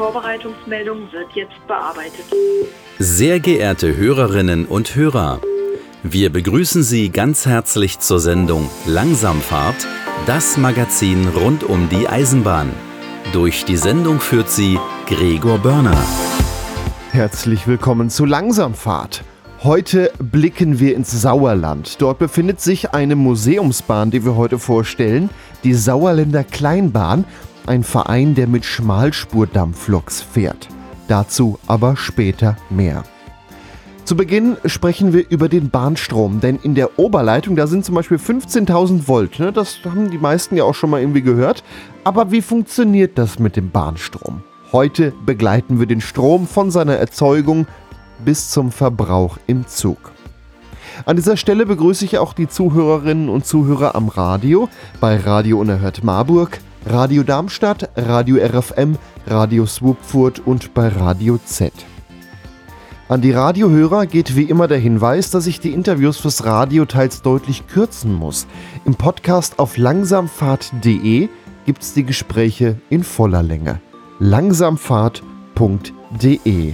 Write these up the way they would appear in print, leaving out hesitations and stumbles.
Vorbereitungsmeldung wird jetzt bearbeitet. Sehr geehrte Hörerinnen und Hörer, wir begrüßen Sie ganz herzlich zur Sendung Langsamfahrt, das Magazin rund um die Eisenbahn. Durch die Sendung führt Sie Gregor Börner. Herzlich willkommen zu Langsamfahrt. Heute blicken wir ins Sauerland. Dort befindet sich eine Museumsbahn, die wir heute vorstellen, die Sauerländer Kleinbahn, ein Verein, der mit Schmalspurdampfloks fährt. Dazu aber später mehr. Zu Beginn sprechen wir über den Bahnstrom, denn in der Oberleitung, da sind zum Beispiel 15.000 Volt, ne? Das haben die meisten ja auch schon mal irgendwie gehört. Aber wie funktioniert das mit dem Bahnstrom? Heute begleiten wir den Strom von seiner Erzeugung bis zum Verbrauch im Zug. An dieser Stelle begrüße ich auch die Zuhörerinnen und Zuhörer am Radio, bei Radio Unerhört Marburg, Radio Darmstadt, Radio RFM, Radio Swupfurt und bei Radio Z. An die Radiohörer geht wie immer der Hinweis, dass ich die Interviews fürs Radio teils deutlich kürzen muss. Im Podcast auf langsamfahrt.de gibt es die Gespräche in voller Länge. langsamfahrt.de.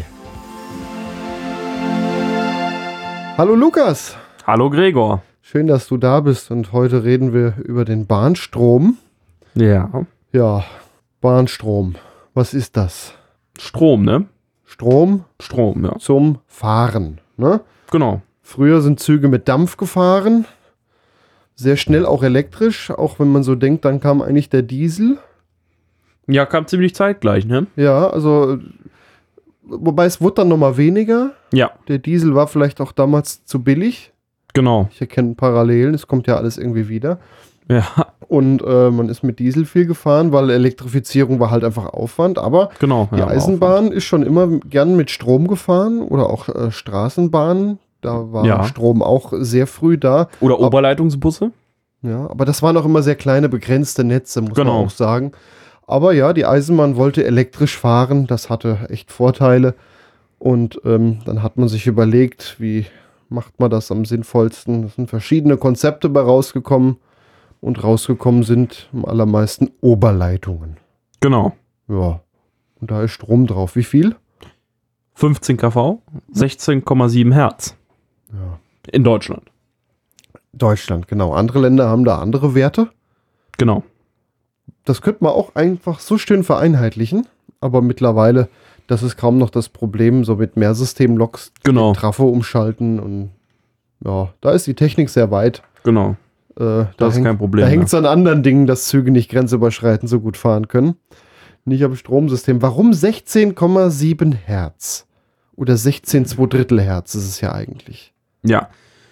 Hallo Lukas. Hallo Gregor. Schön, dass du da bist und heute reden wir über den Bahnstrom. Ja. Ja, Bahnstrom. Was ist das? Strom, ne? Strom Ja. zum Fahren, ne? Genau. Früher sind Züge mit Dampf gefahren, sehr schnell auch elektrisch, auch wenn man so denkt, dann kam eigentlich der Diesel. Ja, kam ziemlich zeitgleich, ne? Ja, also, wobei es wurde dann nochmal weniger. Ja. Der Diesel war vielleicht auch damals zu billig. Genau. Ich erkenne Parallelen, es kommt ja alles irgendwie wieder. Ja. Und man ist mit Diesel viel gefahren, weil Elektrifizierung war halt einfach Aufwand. Aber Genau. die Eisenbahn ist schon immer gern mit Strom gefahren oder auch Straßenbahnen. Da war Strom auch sehr früh da. Oder Oberleitungsbusse. Ja, aber das waren auch immer sehr kleine, begrenzte Netze, muss man auch sagen. Aber ja, die Eisenbahn wollte elektrisch fahren. Das hatte echt Vorteile. Und dann hat man sich überlegt, wie macht man das am sinnvollsten. Es sind verschiedene Konzepte bei rausgekommen. Und rausgekommen sind am allermeisten Oberleitungen. Genau. Ja. Und da ist Strom drauf. Wie viel? 15 kV, 16,7 Hertz. Ja. In Deutschland. Deutschland, genau. Andere Länder haben da andere Werte. Genau. Das könnte man auch einfach so schön vereinheitlichen. Aber mittlerweile, das ist kaum noch das Problem, so mit Mehrsystemloks, Genau. Trafo umschalten. Und ja, da ist die Technik sehr weit. Genau. Das ist kein Problem. Da hängt es an anderen Dingen, dass Züge nicht grenzüberschreitend so gut fahren können. Nicht am Stromsystem. Warum 16,7 Hertz? Oder 16,2 Hertz ist es ja eigentlich. Ja.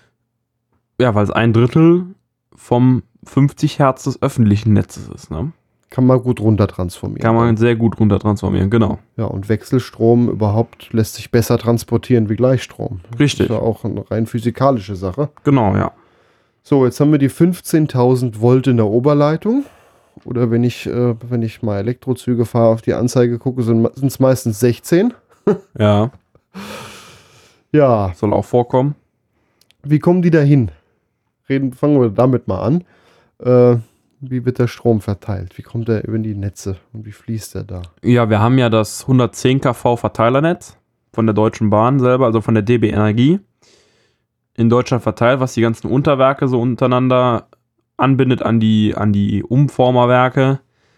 Ja, weil es 1/3 vom 50 Hertz des öffentlichen Netzes ist, ne? Kann man gut runter transformieren. Kann man sehr gut runter transformieren, genau. Ja, und Wechselstrom überhaupt lässt sich besser transportieren wie Gleichstrom. Richtig. Das ist ja auch eine rein physikalische Sache. Genau, ja. So, jetzt haben wir die 15.000 Volt in der Oberleitung. Oder wenn ich mal Elektrozüge fahre, auf die Anzeige gucke, sind es meistens 16. Ja. Ja. Soll auch vorkommen. Wie kommen die da hin? Fangen wir damit mal an. Wie wird der Strom verteilt? Wie kommt der über die Netze und wie fließt der da? Ja, wir haben ja das 110 kV Verteilernetz von der Deutschen Bahn selber, also von der DB Energie, in Deutschland verteilt, was die ganzen Unterwerke so untereinander anbindet an die Umformerwerke.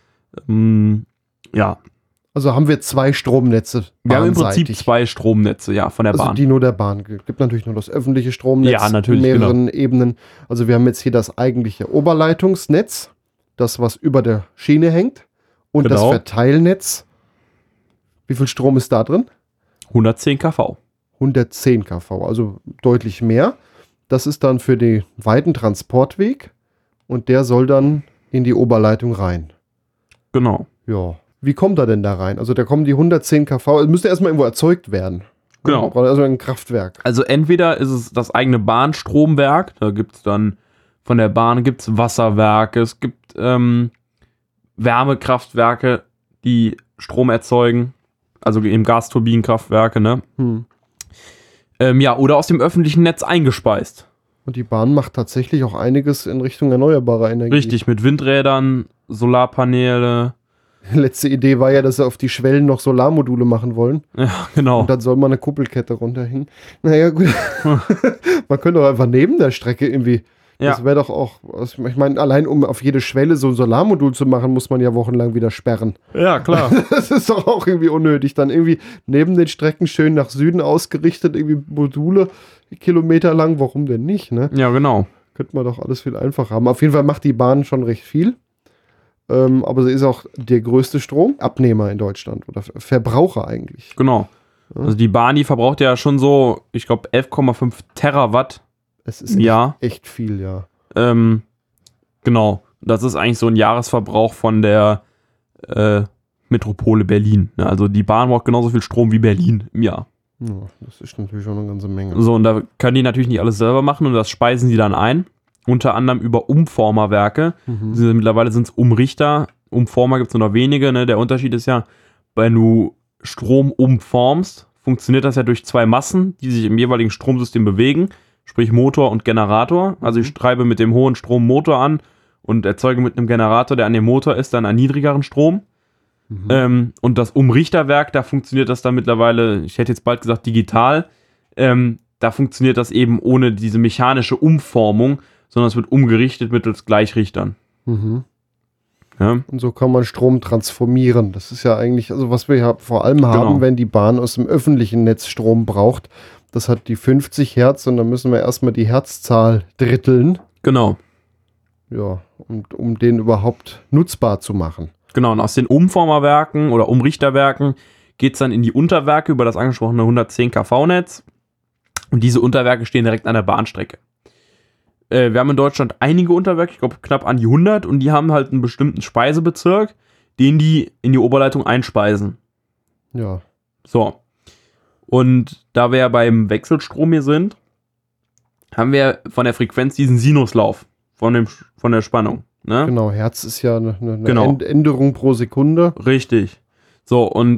Ja. Also haben wir 2 Stromnetze. Wir haben im Prinzip 2 Stromnetze, ja, von der Bahn. Also die nur der Bahn. Es gibt natürlich nur das öffentliche Stromnetz ja, natürlich, in mehreren Ebenen. Also wir haben jetzt hier das eigentliche Oberleitungsnetz, das was über der Schiene hängt. Und das Verteilnetz. Wie viel Strom ist da drin? 110 kV. 110 kV, also deutlich mehr. Das ist dann für den weiten Transportweg und der soll dann in die Oberleitung rein. Genau. Ja. Wie kommt er denn da rein? Also da kommen die 110 kV, es müsste erstmal irgendwo erzeugt werden. Genau. Also ein Kraftwerk. Also entweder ist es das eigene Bahnstromwerk, da gibt es dann von der Bahn gibt's Wasserwerke, es gibt Wärmekraftwerke, die Strom erzeugen, also eben Gasturbinenkraftwerke, ne? Ja, oder aus dem öffentlichen Netz eingespeist. Und die Bahn macht tatsächlich auch einiges in Richtung erneuerbarer Energie. Richtig, mit Windrädern, Solarpaneele, Letzte Idee war ja, dass sie auf die Schwellen noch Solarmodule machen wollen. Ja, genau. Und dann soll man eine Kuppelkette runterhängen. Naja, gut. Man könnte doch einfach neben der Strecke irgendwie. Ja. Das wäre doch auch. Ich meine, allein um auf jede Schwelle so ein Solarmodul zu machen, muss man ja wochenlang wieder sperren. Ja, klar. Das ist doch auch irgendwie unnötig. Dann irgendwie neben den Strecken schön nach Süden ausgerichtet, irgendwie Module Kilometer lang. Warum denn nicht, ne? Ja, genau. Könnte man doch alles viel einfacher haben. Auf jeden Fall macht die Bahn schon recht viel. Aber sie ist auch der größte Stromabnehmer in Deutschland oder Verbraucher eigentlich. Genau. Also die Bahn, die verbraucht ja schon so, ich glaube, 11,5 Terawatt Es ist im Jahr. echt viel, ja. Genau. Das ist eigentlich so ein Jahresverbrauch von der Metropole Berlin. Ja, also die Bahn braucht genauso viel Strom wie Berlin im Jahr. Ja, das ist natürlich schon eine ganze Menge. So, und da können die natürlich nicht alles selber machen und das speisen sie dann ein. Unter anderem über Umformerwerke. Mittlerweile sind es Umrichter. Umformer gibt es nur noch wenige. Ne? Der Unterschied ist ja, wenn du Strom umformst, funktioniert das ja durch zwei Massen, die sich im jeweiligen Stromsystem bewegen. Sprich Motor und Generator. Also ich treibe mit dem hohen Strom Motor an und erzeuge mit einem Generator, der an dem Motor ist, dann einen niedrigeren Strom. Und das Umrichterwerk, da funktioniert das dann mittlerweile, ich hätte jetzt bald gesagt digital, da funktioniert das eben ohne diese mechanische Umformung, sondern es wird umgerichtet mittels Gleichrichtern. Ja. Und so kann man Strom transformieren. Das ist ja eigentlich, also was wir ja vor allem haben, Genau. wenn die Bahn aus dem öffentlichen Netz Strom braucht. Das hat die 50 Hertz und dann müssen wir erstmal die Herzzahl dritteln. Genau. Ja, um den überhaupt nutzbar zu machen. Genau, und aus den Umformerwerken oder Umrichterwerken geht es dann in die Unterwerke über das angesprochene 110 kV-Netz. Und diese Unterwerke stehen direkt an der Bahnstrecke. Wir haben in Deutschland einige Unterwerke, ich glaube knapp an die 100, und die haben halt einen bestimmten Speisebezirk, den die in die Oberleitung einspeisen. Ja. So. Und da wir ja beim Wechselstrom hier sind, haben wir von der Frequenz diesen Sinuslauf von der Spannung. Ne? Genau, Hertz ist ja eine Genau. Änderung pro Sekunde. Richtig. So, und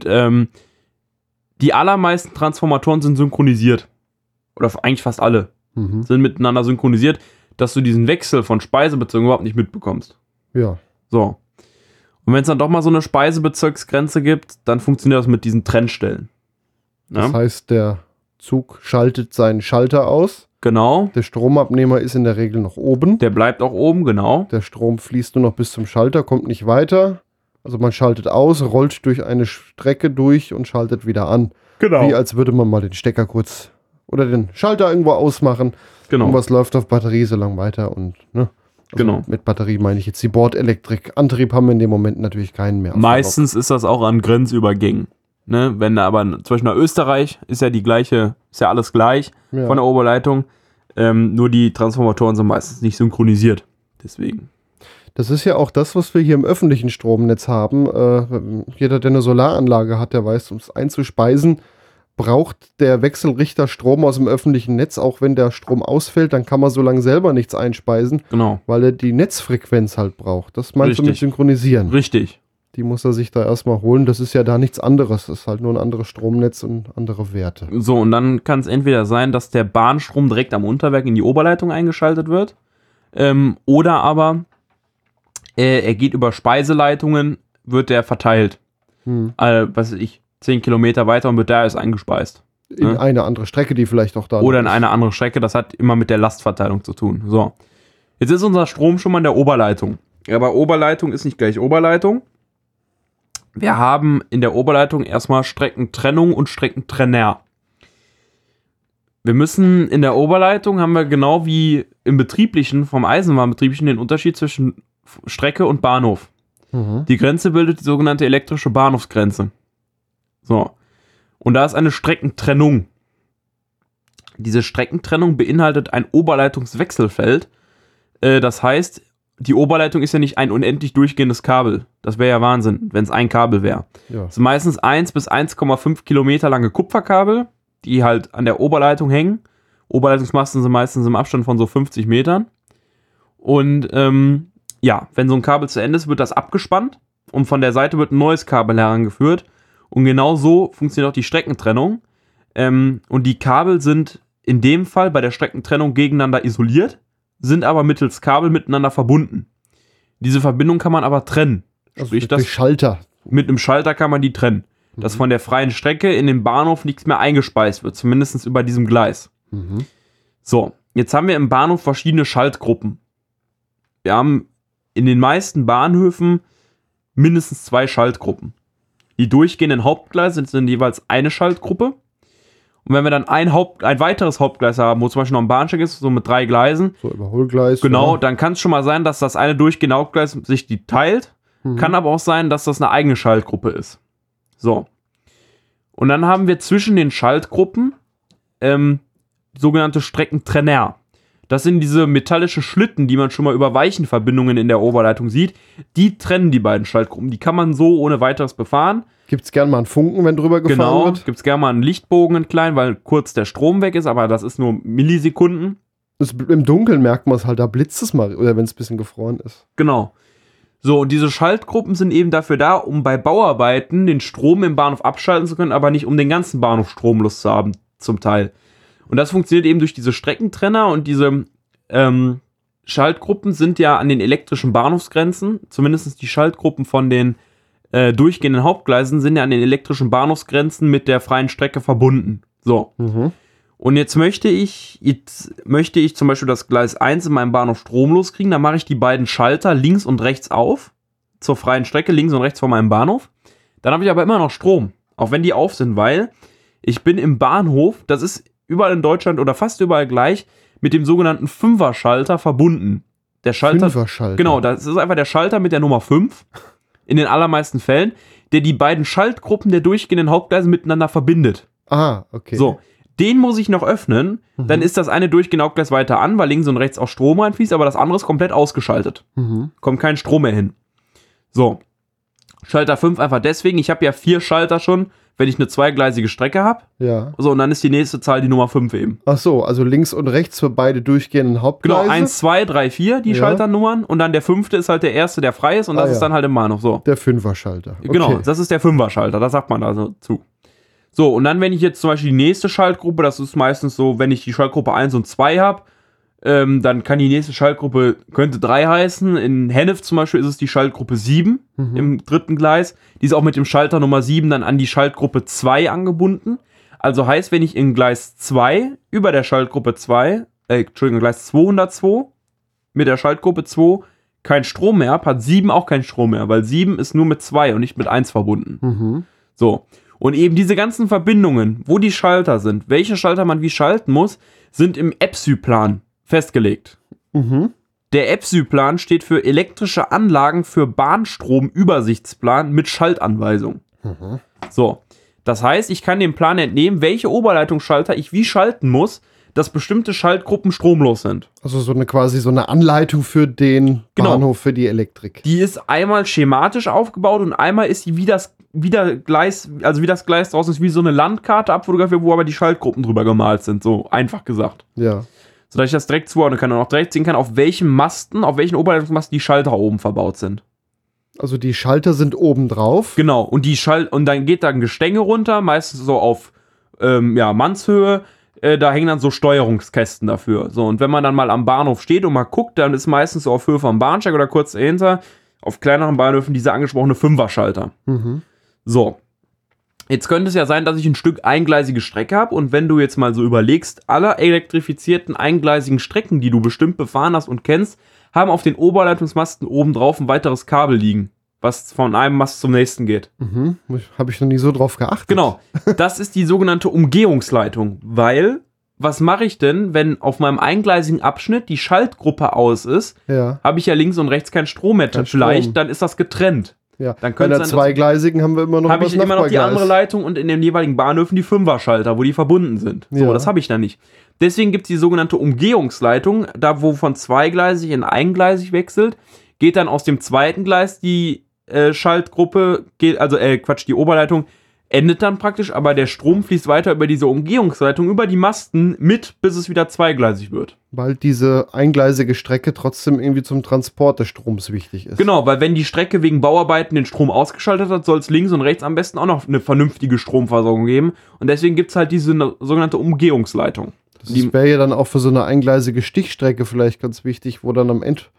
die allermeisten Transformatoren sind synchronisiert. Oder eigentlich fast alle sind miteinander synchronisiert, dass du diesen Wechsel von Speisebezirken überhaupt nicht mitbekommst. Ja. So. Und wenn es dann doch mal so eine Speisebezirksgrenze gibt, dann funktioniert das mit diesen Trennstellen. Das Ja? heißt, der Zug schaltet seinen Schalter aus. Genau. Der Stromabnehmer ist in der Regel noch oben. Der bleibt auch oben, genau. Der Strom fließt nur noch bis zum Schalter, kommt nicht weiter. Also man schaltet aus, rollt durch eine Strecke durch und schaltet wieder an. Genau. Wie als würde man mal den Stecker kurz oder den Schalter irgendwo ausmachen. Genau. Und was läuft auf Batterie so lang weiter. Und ne? Also Genau. mit Batterie meine ich jetzt die Bordelektrik. Antrieb haben wir in dem Moment natürlich keinen mehr. auf der Meistens ist das auch an Grenzübergängen. Ne? Wenn da aber zum Beispiel nach Österreich ist ja alles gleich Lok. Ja. von der Oberleitung. Nur die Transformatoren sind meistens nicht synchronisiert. Deswegen. Das ist ja auch das, was wir hier im öffentlichen Stromnetz haben. Jeder, der eine Solaranlage hat, der weiß, um es einzuspeisen, braucht der Wechselrichter Strom aus dem öffentlichen Netz. Auch wenn der Strom ausfällt, dann kann man so lange selber nichts einspeisen, Genau. weil er die Netzfrequenz halt braucht. Das meinst du mit Richtig. Synchronisieren. Richtig. Die muss er sich da erstmal holen. Das ist ja da nichts anderes. Das ist halt nur ein anderes Stromnetz und andere Werte. So, und dann kann es entweder sein, dass der Bahnstrom direkt am Unterwerk in die Oberleitung eingeschaltet wird. Oder aber er geht über Speiseleitungen, wird der verteilt. Was weiß ich, 10 Kilometer weiter und wird da erst eingespeist. In Ja. eine andere Strecke, die vielleicht auch da Oder in noch ist. eine andere Strecke. Das hat immer mit der Lastverteilung zu tun. So. Jetzt ist unser Strom schon mal in der Oberleitung. Aber Oberleitung ist nicht gleich Oberleitung. Wir haben in der Oberleitung erstmal Streckentrennung und Streckentrenner. Wir müssen in der Oberleitung, haben wir genau wie im Betrieblichen, vom Eisenbahnbetrieblichen, den Unterschied zwischen Strecke und Bahnhof. Die Grenze bildet die sogenannte elektrische Bahnhofsgrenze. So. Und da ist eine Streckentrennung. Diese Streckentrennung beinhaltet ein Oberleitungswechselfeld. Das heißt, die Oberleitung ist ja nicht ein unendlich durchgehendes Kabel. Das wäre ja Wahnsinn, wenn es ein Kabel wäre. Ja. Es sind meistens 1 bis 1,5 Kilometer lange Kupferkabel, die halt an der Oberleitung hängen. Oberleitungsmasten sind meistens im Abstand von so 50 Metern. Und ja, wenn so ein Kabel zu Ende ist, wird das abgespannt und von der Seite wird ein neues Kabel herangeführt. Und genau so funktioniert auch die Streckentrennung. Und die Kabel sind in dem Fall bei der Streckentrennung gegeneinander isoliert, sind aber mittels Kabel miteinander verbunden. Diese Verbindung kann man aber trennen. Also Sprich, durch Schalter. Mit einem Schalter kann man die trennen. Dass von der freien Strecke in den Bahnhof nichts mehr eingespeist wird, zumindest über diesem Gleis. So, jetzt haben wir im Bahnhof verschiedene Schaltgruppen. Wir haben in den meisten Bahnhöfen mindestens 2 Schaltgruppen. Die durchgehenden Hauptgleise sind jeweils eine Schaltgruppe. Und wenn wir dann ein weiteres Hauptgleis haben, wo zum Beispiel noch ein Bahnsteig ist, so mit 3 Gleisen. So Überholgleis. Genau, ja. dann kann es schon mal sein, dass das eine durchgehende Hauptgleis sich die teilt. Kann aber auch sein, dass das eine eigene Schaltgruppe ist. So. Und dann haben wir zwischen den Schaltgruppen sogenannte Streckentrenner. Das sind diese metallischen Schlitten, die man schon mal über Weichenverbindungen in der Oberleitung sieht. Die trennen die beiden Schaltgruppen. Die kann man so ohne weiteres befahren. Gibt es gern mal einen Funken, wenn drüber gefahren wird? Genau, gibt es gerne mal einen Lichtbogen, einen kleinen, weil kurz der Strom weg ist, aber das ist nur Millisekunden. Im Dunkeln merkt man es halt, da blitzt es mal, oder wenn es ein bisschen gefroren ist. Genau. So, und diese Schaltgruppen sind eben dafür da, um bei Bauarbeiten den Strom im Bahnhof abschalten zu können, aber nicht um den ganzen Bahnhof stromlos zu haben, zum Teil. Und das funktioniert eben durch diese Streckentrenner und diese Schaltgruppen sind ja an den elektrischen Bahnhofsgrenzen, zumindest die Schaltgruppen von den durchgehenden Hauptgleisen sind ja an den elektrischen Bahnhofsgrenzen mit der freien Strecke verbunden. So. Und jetzt möchte ich zum Beispiel das Gleis 1 in meinem Bahnhof stromlos kriegen, dann mache ich die beiden Schalter links und rechts auf, zur freien Strecke links und rechts von meinem Bahnhof. Dann habe ich aber immer noch Strom, auch wenn die auf sind, weil ich bin im Bahnhof, das ist überall in Deutschland oder fast überall gleich, mit dem sogenannten 5er-Schalter verbunden. Der Schalter, 5er-Schalter? Genau, das ist einfach der Schalter mit der Nummer 5, in den allermeisten Fällen, der die beiden Schaltgruppen der durchgehenden Hauptgleise miteinander verbindet. Ah, okay. So, den muss ich noch öffnen, dann ist das eine durchgehende Hauptgleis weiter an, weil links und rechts auch Strom reinfließt, aber das andere ist komplett ausgeschaltet. Kommt kein Strom mehr hin. So, Schalter 5 einfach deswegen, ich habe ja 4 Schalter schon, wenn ich eine zweigleisige Strecke habe. Ja. So, und dann ist die nächste Zahl die Nummer 5 eben. Ach so, also links und rechts für beide durchgehenden Hauptgleise. Genau, 1, 2, 3, 4, die Schalternummern. Und dann der 5. ist halt der erste, der frei ist. Und das ist dann halt im Bahnhof so. Der 5er-Schalter. Okay. Genau, das ist der 5er-Schalter. Das sagt man da so zu. So, und dann, wenn ich jetzt zum Beispiel die nächste Schaltgruppe, das ist meistens so, wenn ich die Schaltgruppe 1 und 2 habe, dann kann die nächste Schaltgruppe, könnte 3 heißen. In Hennef zum Beispiel ist es die Schaltgruppe 7 im 3. Gleis. Die ist auch mit dem Schalter Nummer 7 dann an die Schaltgruppe 2 angebunden. Also heißt, wenn ich in Gleis 2 über der Schaltgruppe 2, Gleis 202 mit der Schaltgruppe 2 keinen Strom mehr habe, hat 7 auch keinen Strom mehr, weil 7 ist nur mit 2 und nicht mit 1 verbunden. So. Und eben diese ganzen Verbindungen, wo die Schalter sind, welche Schalter man wie schalten muss, sind im EPSY-Plan festgelegt. Der EPSY-Plan steht für elektrische Anlagen für Bahnstromübersichtsplan mit Schaltanweisung. So, das heißt, ich kann dem Plan entnehmen, welche Oberleitungsschalter ich wie schalten muss, dass bestimmte Schaltgruppen stromlos sind. Also quasi so eine Anleitung für den Bahnhof, für die Elektrik. Die ist einmal schematisch aufgebaut und einmal ist sie wie das Gleis draußen ist, wie so eine Landkarte abfotografiert, wo aber die Schaltgruppen drüber gemalt sind, so einfach gesagt. Ja. Sodass ich das direkt zuordnen kann und auch direkt sehen kann, auf welchen welchen Oberleitungsmasten die Schalter oben verbaut sind. Also die Schalter sind oben drauf. Genau, und dann geht da ein Gestänge runter, meistens so auf Mannshöhe. Da hängen dann so Steuerungskästen dafür. So, und wenn man dann mal am Bahnhof steht und mal guckt, dann ist meistens so auf Höhe vom Bahnsteig oder kurz dahinter auf kleineren Bahnhöfen dieser angesprochene 5er-Schalter. So. Jetzt könnte es ja sein, dass ich ein Stück eingleisige Strecke habe und wenn du jetzt mal so überlegst, alle elektrifizierten eingleisigen Strecken, die du bestimmt befahren hast und kennst, haben auf den Oberleitungsmasten oben drauf ein weiteres Kabel liegen, was von einem Mast zum nächsten geht. Habe ich noch nie so drauf geachtet. Genau, das ist die sogenannte Umgehungsleitung, weil, was mache ich denn, wenn auf meinem eingleisigen Abschnitt die Schaltgruppe aus ist, habe ich ja links und rechts keinen Strom mehr. Vielleicht, dann ist das getrennt. Ja, dann bei der zweigleisigen haben wir immer noch die andere Leitung und in den jeweiligen Bahnhöfen die 5er-Schalter, wo die verbunden sind. So, das habe ich da nicht. Deswegen gibt es die sogenannte Umgehungsleitung, da wo von zweigleisig in eingleisig wechselt, geht dann aus dem zweiten Gleis die Schaltgruppe, die Oberleitung endet dann praktisch, aber der Strom fließt weiter über diese Umgehungsleitung, über die Masten mit, bis es wieder zweigleisig wird. Weil diese eingleisige Strecke trotzdem irgendwie zum Transport des Stroms wichtig ist. Genau, weil wenn die Strecke wegen Bauarbeiten den Strom ausgeschaltet hat, soll es links und rechts am besten auch noch eine vernünftige Stromversorgung geben. Und deswegen gibt es halt diese sogenannte Umgehungsleitung. Das wäre ja dann auch für so eine eingleisige Stichstrecke vielleicht ganz wichtig, wo dann am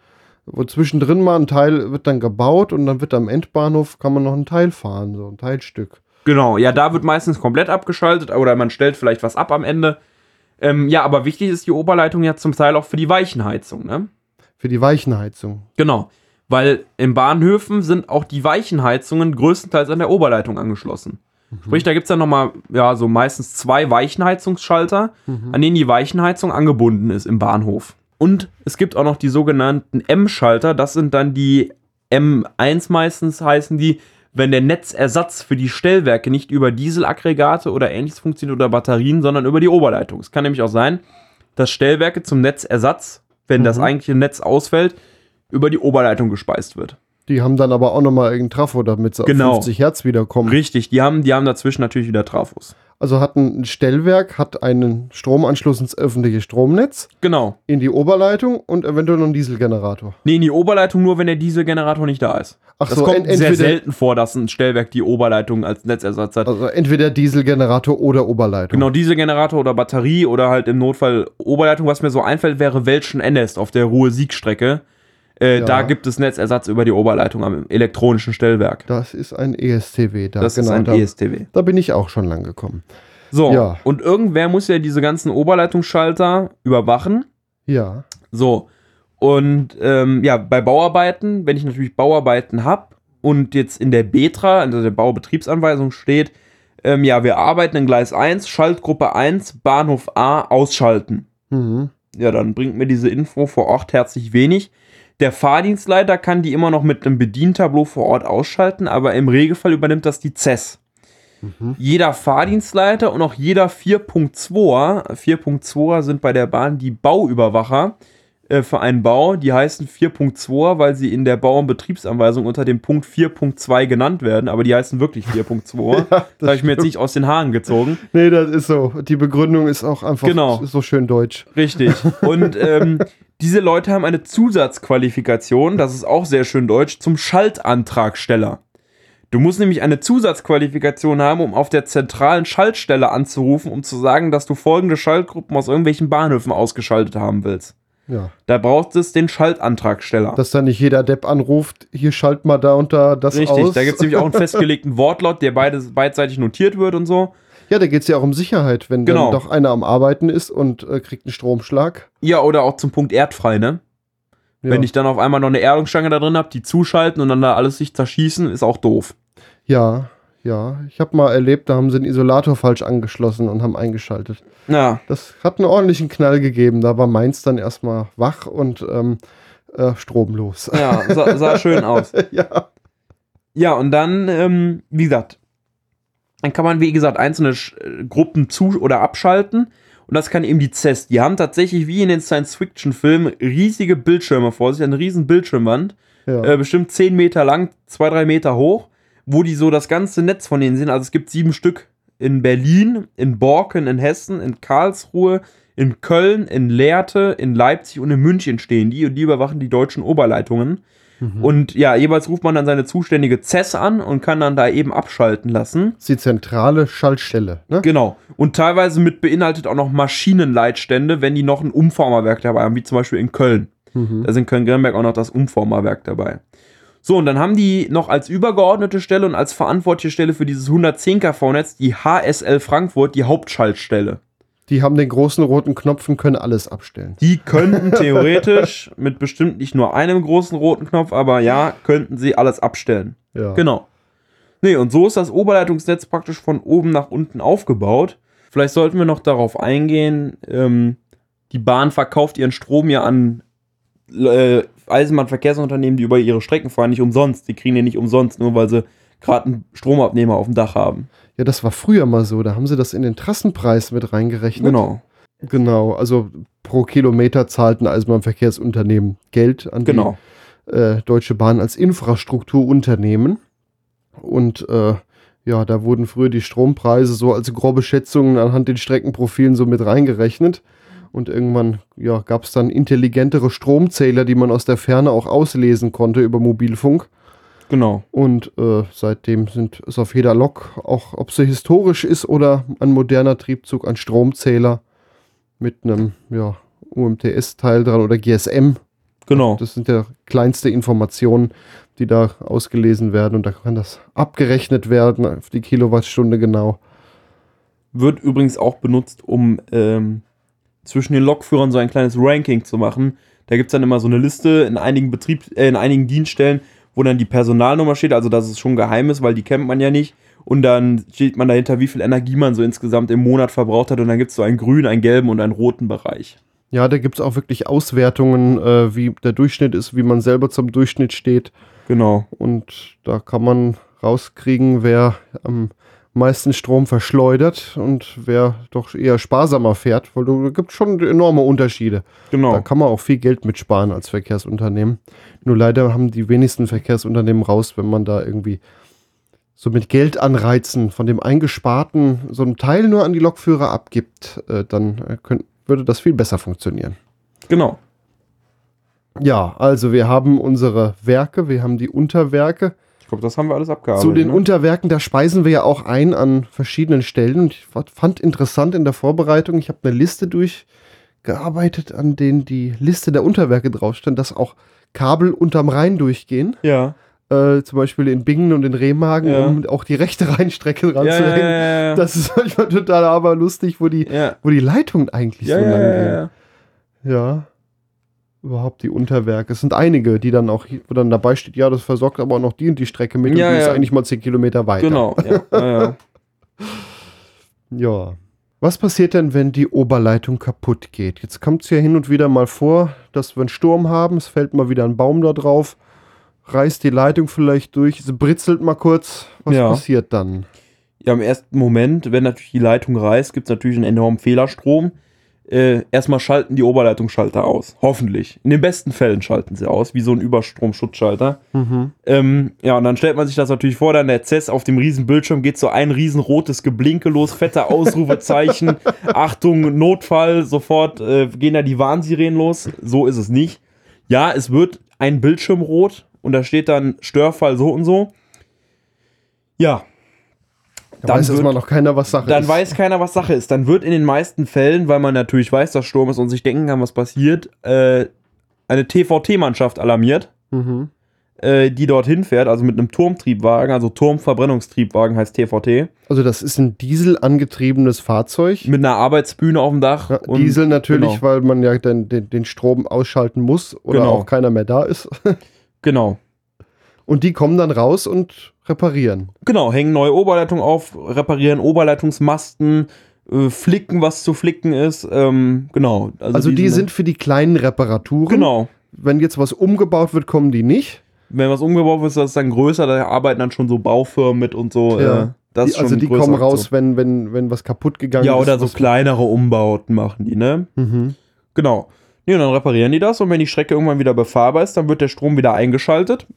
Wo zwischendrin mal ein Teil wird dann gebaut und dann wird am Endbahnhof, kann man noch ein Teil fahren, so ein Teilstück. Genau, ja, da wird meistens komplett abgeschaltet oder man stellt vielleicht was ab am Ende. Ja, aber wichtig ist die Oberleitung ja zum Teil auch für die Weichenheizung, ne? Für die Weichenheizung. Genau, weil in Bahnhöfen sind auch die Weichenheizungen größtenteils an der Oberleitung angeschlossen. Sprich, da gibt es dann nochmal, ja, so meistens 2 Weichenheizungsschalter, an denen die Weichenheizung angebunden ist im Bahnhof. Und es gibt auch noch die sogenannten M-Schalter, das sind dann die M1 meistens heißen die, wenn der Netzersatz für die Stellwerke nicht über Dieselaggregate oder ähnliches funktioniert oder Batterien, sondern über die Oberleitung. Es kann nämlich auch sein, dass Stellwerke zum Netzersatz, wenn das eigentliche Netz ausfällt, über die Oberleitung gespeist wird. Die haben dann aber auch nochmal irgendeinen Trafo, damit sie auf 50 Hertz wiederkommen. Richtig, die haben dazwischen natürlich wieder Trafos. Also hat ein Stellwerk, hat einen Stromanschluss ins öffentliche Stromnetz. Genau. In die Oberleitung und eventuell noch einen Dieselgenerator. Nee, in die Oberleitung nur, wenn der Dieselgenerator nicht da ist. Ach das so, kommt sehr selten vor, dass ein Stellwerk die Oberleitung als Netzersatz hat. Also entweder Dieselgenerator oder Oberleitung. Genau, Dieselgenerator oder Batterie oder halt im Notfall Oberleitung. Was mir so einfällt, wäre Welschen-Ennest auf der Ruhr-Sieg-Strecke. Da gibt es Netzersatz über die Oberleitung am elektronischen Stellwerk. Das ist ein ESTW. Das ist ein ESTW. Da bin ich auch schon lang gekommen. So, ja. Und irgendwer muss ja diese ganzen Oberleitungsschalter überwachen. Ja. So, und bei Bauarbeiten, wenn ich natürlich Bauarbeiten habe und jetzt in der BETRA, also der Baubetriebsanweisung steht, wir arbeiten in Gleis 1, Schaltgruppe 1, Bahnhof A, ausschalten. Ja, dann bringt mir diese Info vor Ort herzlich wenig. Der Fahrdienstleiter kann die immer noch mit einem Bedientableau vor Ort ausschalten, aber im Regelfall übernimmt das die CES. Jeder Fahrdienstleiter und auch jeder 4.2er sind bei der Bahn die Bauüberwacher für einen Bau. Die heißen 4.2er, weil sie in der Bau- und Betriebsanweisung unter dem Punkt 4.2 genannt werden, aber die heißen wirklich 4.2er. Das habe ich mir jetzt nicht aus den Haaren gezogen. Nee, das ist so. Die Begründung ist auch einfach so schön deutsch. Richtig. Und diese Leute haben eine Zusatzqualifikation, das ist auch sehr schön deutsch, zum Schaltantragsteller. Du musst nämlich eine Zusatzqualifikation haben, um auf der zentralen Schaltstelle anzurufen, um zu sagen, dass du folgende Schaltgruppen aus irgendwelchen Bahnhöfen ausgeschaltet haben willst. Ja. Da braucht es den Schaltantragsteller. Dass dann nicht jeder Depp anruft, hier schalt mal da und da das Richtig, aus. Da gibt es nämlich auch einen festgelegten Wortlaut, der beidseitig notiert wird und so. Ja, da geht es ja auch um Sicherheit, wenn dann doch einer am Arbeiten ist und kriegt einen Stromschlag. Ja, oder auch zum Punkt erdfrei, ne? Ja. Wenn ich dann auf einmal noch eine Erdungsstange da drin habe, die zuschalten und dann da alles sich zerschießen, ist auch doof. Ja. Ich habe mal erlebt, da haben sie den Isolator falsch angeschlossen und haben eingeschaltet. Ja. Das hat einen ordentlichen Knall gegeben. Da war meins dann erstmal wach und stromlos. Ja, sah schön aus. Ja. Ja, und dann, wie gesagt, dann kann man, wie gesagt, einzelne Gruppen zu- oder abschalten. Und das kann eben die CES. Die haben tatsächlich, wie in den Science-Fiction-Filmen, riesige Bildschirme vor sich, eine riesen Bildschirmwand. Ja. Bestimmt 10 Meter lang, 2-3 Meter hoch, wo die so das ganze Netz von denen sind. Also es gibt 7 Stück in Berlin, in Borken, in Hessen, in Karlsruhe, in Köln, in Lehrte, in Leipzig und in München stehen die. Und die überwachen die deutschen Oberleitungen. Und ja, jeweils ruft man dann seine zuständige CES an und kann dann da eben abschalten lassen. Das ist die zentrale Schaltstelle, ne? Genau. Und teilweise mit beinhaltet auch noch Maschinenleitstände, wenn die noch ein Umformerwerk dabei haben, wie zum Beispiel in Köln. Da ist in Köln-Grimberg auch noch das Umformerwerk dabei. So, und dann haben die noch als übergeordnete Stelle und als verantwortliche Stelle für dieses 110 kV-Netz die HSL Frankfurt, die Hauptschaltstelle. Die haben den großen roten Knopf und können alles abstellen. Die könnten theoretisch mit bestimmt nicht nur einem großen roten Knopf, aber ja, könnten sie alles abstellen. Ja. Genau. Nee, und so ist das Oberleitungsnetz praktisch von oben nach unten aufgebaut. Vielleicht sollten wir noch darauf eingehen, die Bahn verkauft ihren Strom ja an Eisenbahnverkehrsunternehmen, die über ihre Strecken fahren, nicht umsonst. Die kriegen den nicht umsonst, nur weil sie gerade einen Stromabnehmer auf dem Dach haben. Ja, das war früher mal so. Da haben sie das in den Trassenpreis mit reingerechnet. Genau, also pro Kilometer zahlt ein Eisenbahnverkehrsunternehmen Geld an die Deutsche Bahn als Infrastrukturunternehmen. Und da wurden früher die Strompreise so als grobe Schätzungen anhand den Streckenprofilen so mit reingerechnet. Und irgendwann gab es dann intelligentere Stromzähler, die man aus der Ferne auch auslesen konnte über Mobilfunk. Genau. Und seitdem ist auf jeder Lok, auch ob sie historisch ist oder ein moderner Triebzug, ein Stromzähler mit einem UMTS-Teil dran oder GSM. Genau. Das sind ja kleinste Informationen, die da ausgelesen werden und da kann das abgerechnet werden auf die Kilowattstunde genau. Wird übrigens auch benutzt, um zwischen den Lokführern so ein kleines Ranking zu machen. Da gibt es dann immer so eine Liste in einigen in einigen Dienststellen, wo dann die Personalnummer steht, also dass es schon geheim ist, weil die kennt man ja nicht. Und dann steht man dahinter, wie viel Energie man so insgesamt im Monat verbraucht hat. Und dann gibt es so einen grünen, einen gelben und einen roten Bereich. Ja, da gibt es auch wirklich Auswertungen, wie der Durchschnitt ist, wie man selber zum Durchschnitt steht. Genau. Und da kann man rauskriegen, wer am meisten Strom verschleudert und wer doch eher sparsamer fährt, weil da gibt es schon enorme Unterschiede. Genau. Da kann man auch viel Geld mitsparen als Verkehrsunternehmen. Nur leider haben die wenigsten Verkehrsunternehmen raus, wenn man da irgendwie so mit Geldanreizen von dem Eingesparten so einen Teil nur an die Lokführer abgibt, dann würde das viel besser funktionieren. Genau. Ja, also wir haben unsere Werke, wir haben die Unterwerke. Ich glaube, das haben wir alles abgearbeitet. Zu den Unterwerken, da speisen wir ja auch ein an verschiedenen Stellen. Und ich fand interessant in der Vorbereitung, ich habe eine Liste durchgearbeitet, an denen die Liste der Unterwerke draufsteht, dass auch Kabel unterm Rhein durchgehen. Ja. Zum Beispiel in Bingen und in Remagen, Ja. um auch die rechte Rheinstrecke dran zu hängen. Ja. Das ist manchmal total aber lustig, wo die Leitungen eigentlich so lang gehen. Ja. Überhaupt die Unterwerke. Es sind einige, die dann auch, wo dann dabei steht, ja, das versorgt aber auch noch die und die Strecke mit und die ist eigentlich mal 10 Kilometer weiter. Genau. Ja. Ja. Was passiert denn, wenn die Oberleitung kaputt geht? Jetzt kommt es ja hin und wieder mal vor, dass wir einen Sturm haben, es fällt mal wieder ein Baum da drauf, reißt die Leitung vielleicht durch, sie britzelt mal kurz. Was passiert dann? Ja, im ersten Moment, wenn natürlich die Leitung reißt, gibt es natürlich einen enormen Fehlerstrom. Erstmal schalten die Oberleitungsschalter aus. Hoffentlich. In den besten Fällen schalten sie aus, wie so ein Überstromschutzschalter. Mhm. Ja, und dann stellt man sich das natürlich vor, dann der CES auf dem riesen Bildschirm geht so ein riesen rotes Geblinke los, fette Ausrufezeichen, Achtung, Notfall, sofort gehen da die Warnsirenen los. So ist es nicht. Ja, es wird ein Bildschirm rot und da steht dann Störfall so und so. Ja. Dann weiß erstmal noch keiner, was Sache ist. Dann weiß keiner, was Sache ist. Dann wird in den meisten Fällen, weil man natürlich weiß, dass Sturm ist und sich denken kann, was passiert, eine TVT-Mannschaft alarmiert, die dorthin fährt, also mit einem Turmtriebwagen, also Turmverbrennungstriebwagen heißt TVT. Also das ist ein dieselangetriebenes Fahrzeug. Mit einer Arbeitsbühne auf dem Dach. Ja, und Diesel natürlich, weil man ja den Strom ausschalten muss oder auch keiner mehr da ist. Genau. Und die kommen dann raus und reparieren. Genau, hängen neue Oberleitungen auf, reparieren Oberleitungsmasten, flicken, was zu flicken ist. Genau. Also die sind für die kleinen Reparaturen. Genau. Wenn jetzt was umgebaut wird, kommen die nicht. Wenn was umgebaut wird, ist das dann größer, da arbeiten dann schon so Baufirmen mit und so. Ja. Das ist also schon die kommen raus, wenn was kaputt gegangen ist. Ja, oder so kleinere Umbauten machen die, ne? Mhm. Genau. Nee, und dann reparieren die das und wenn die Strecke irgendwann wieder befahrbar ist, dann wird der Strom wieder eingeschaltet.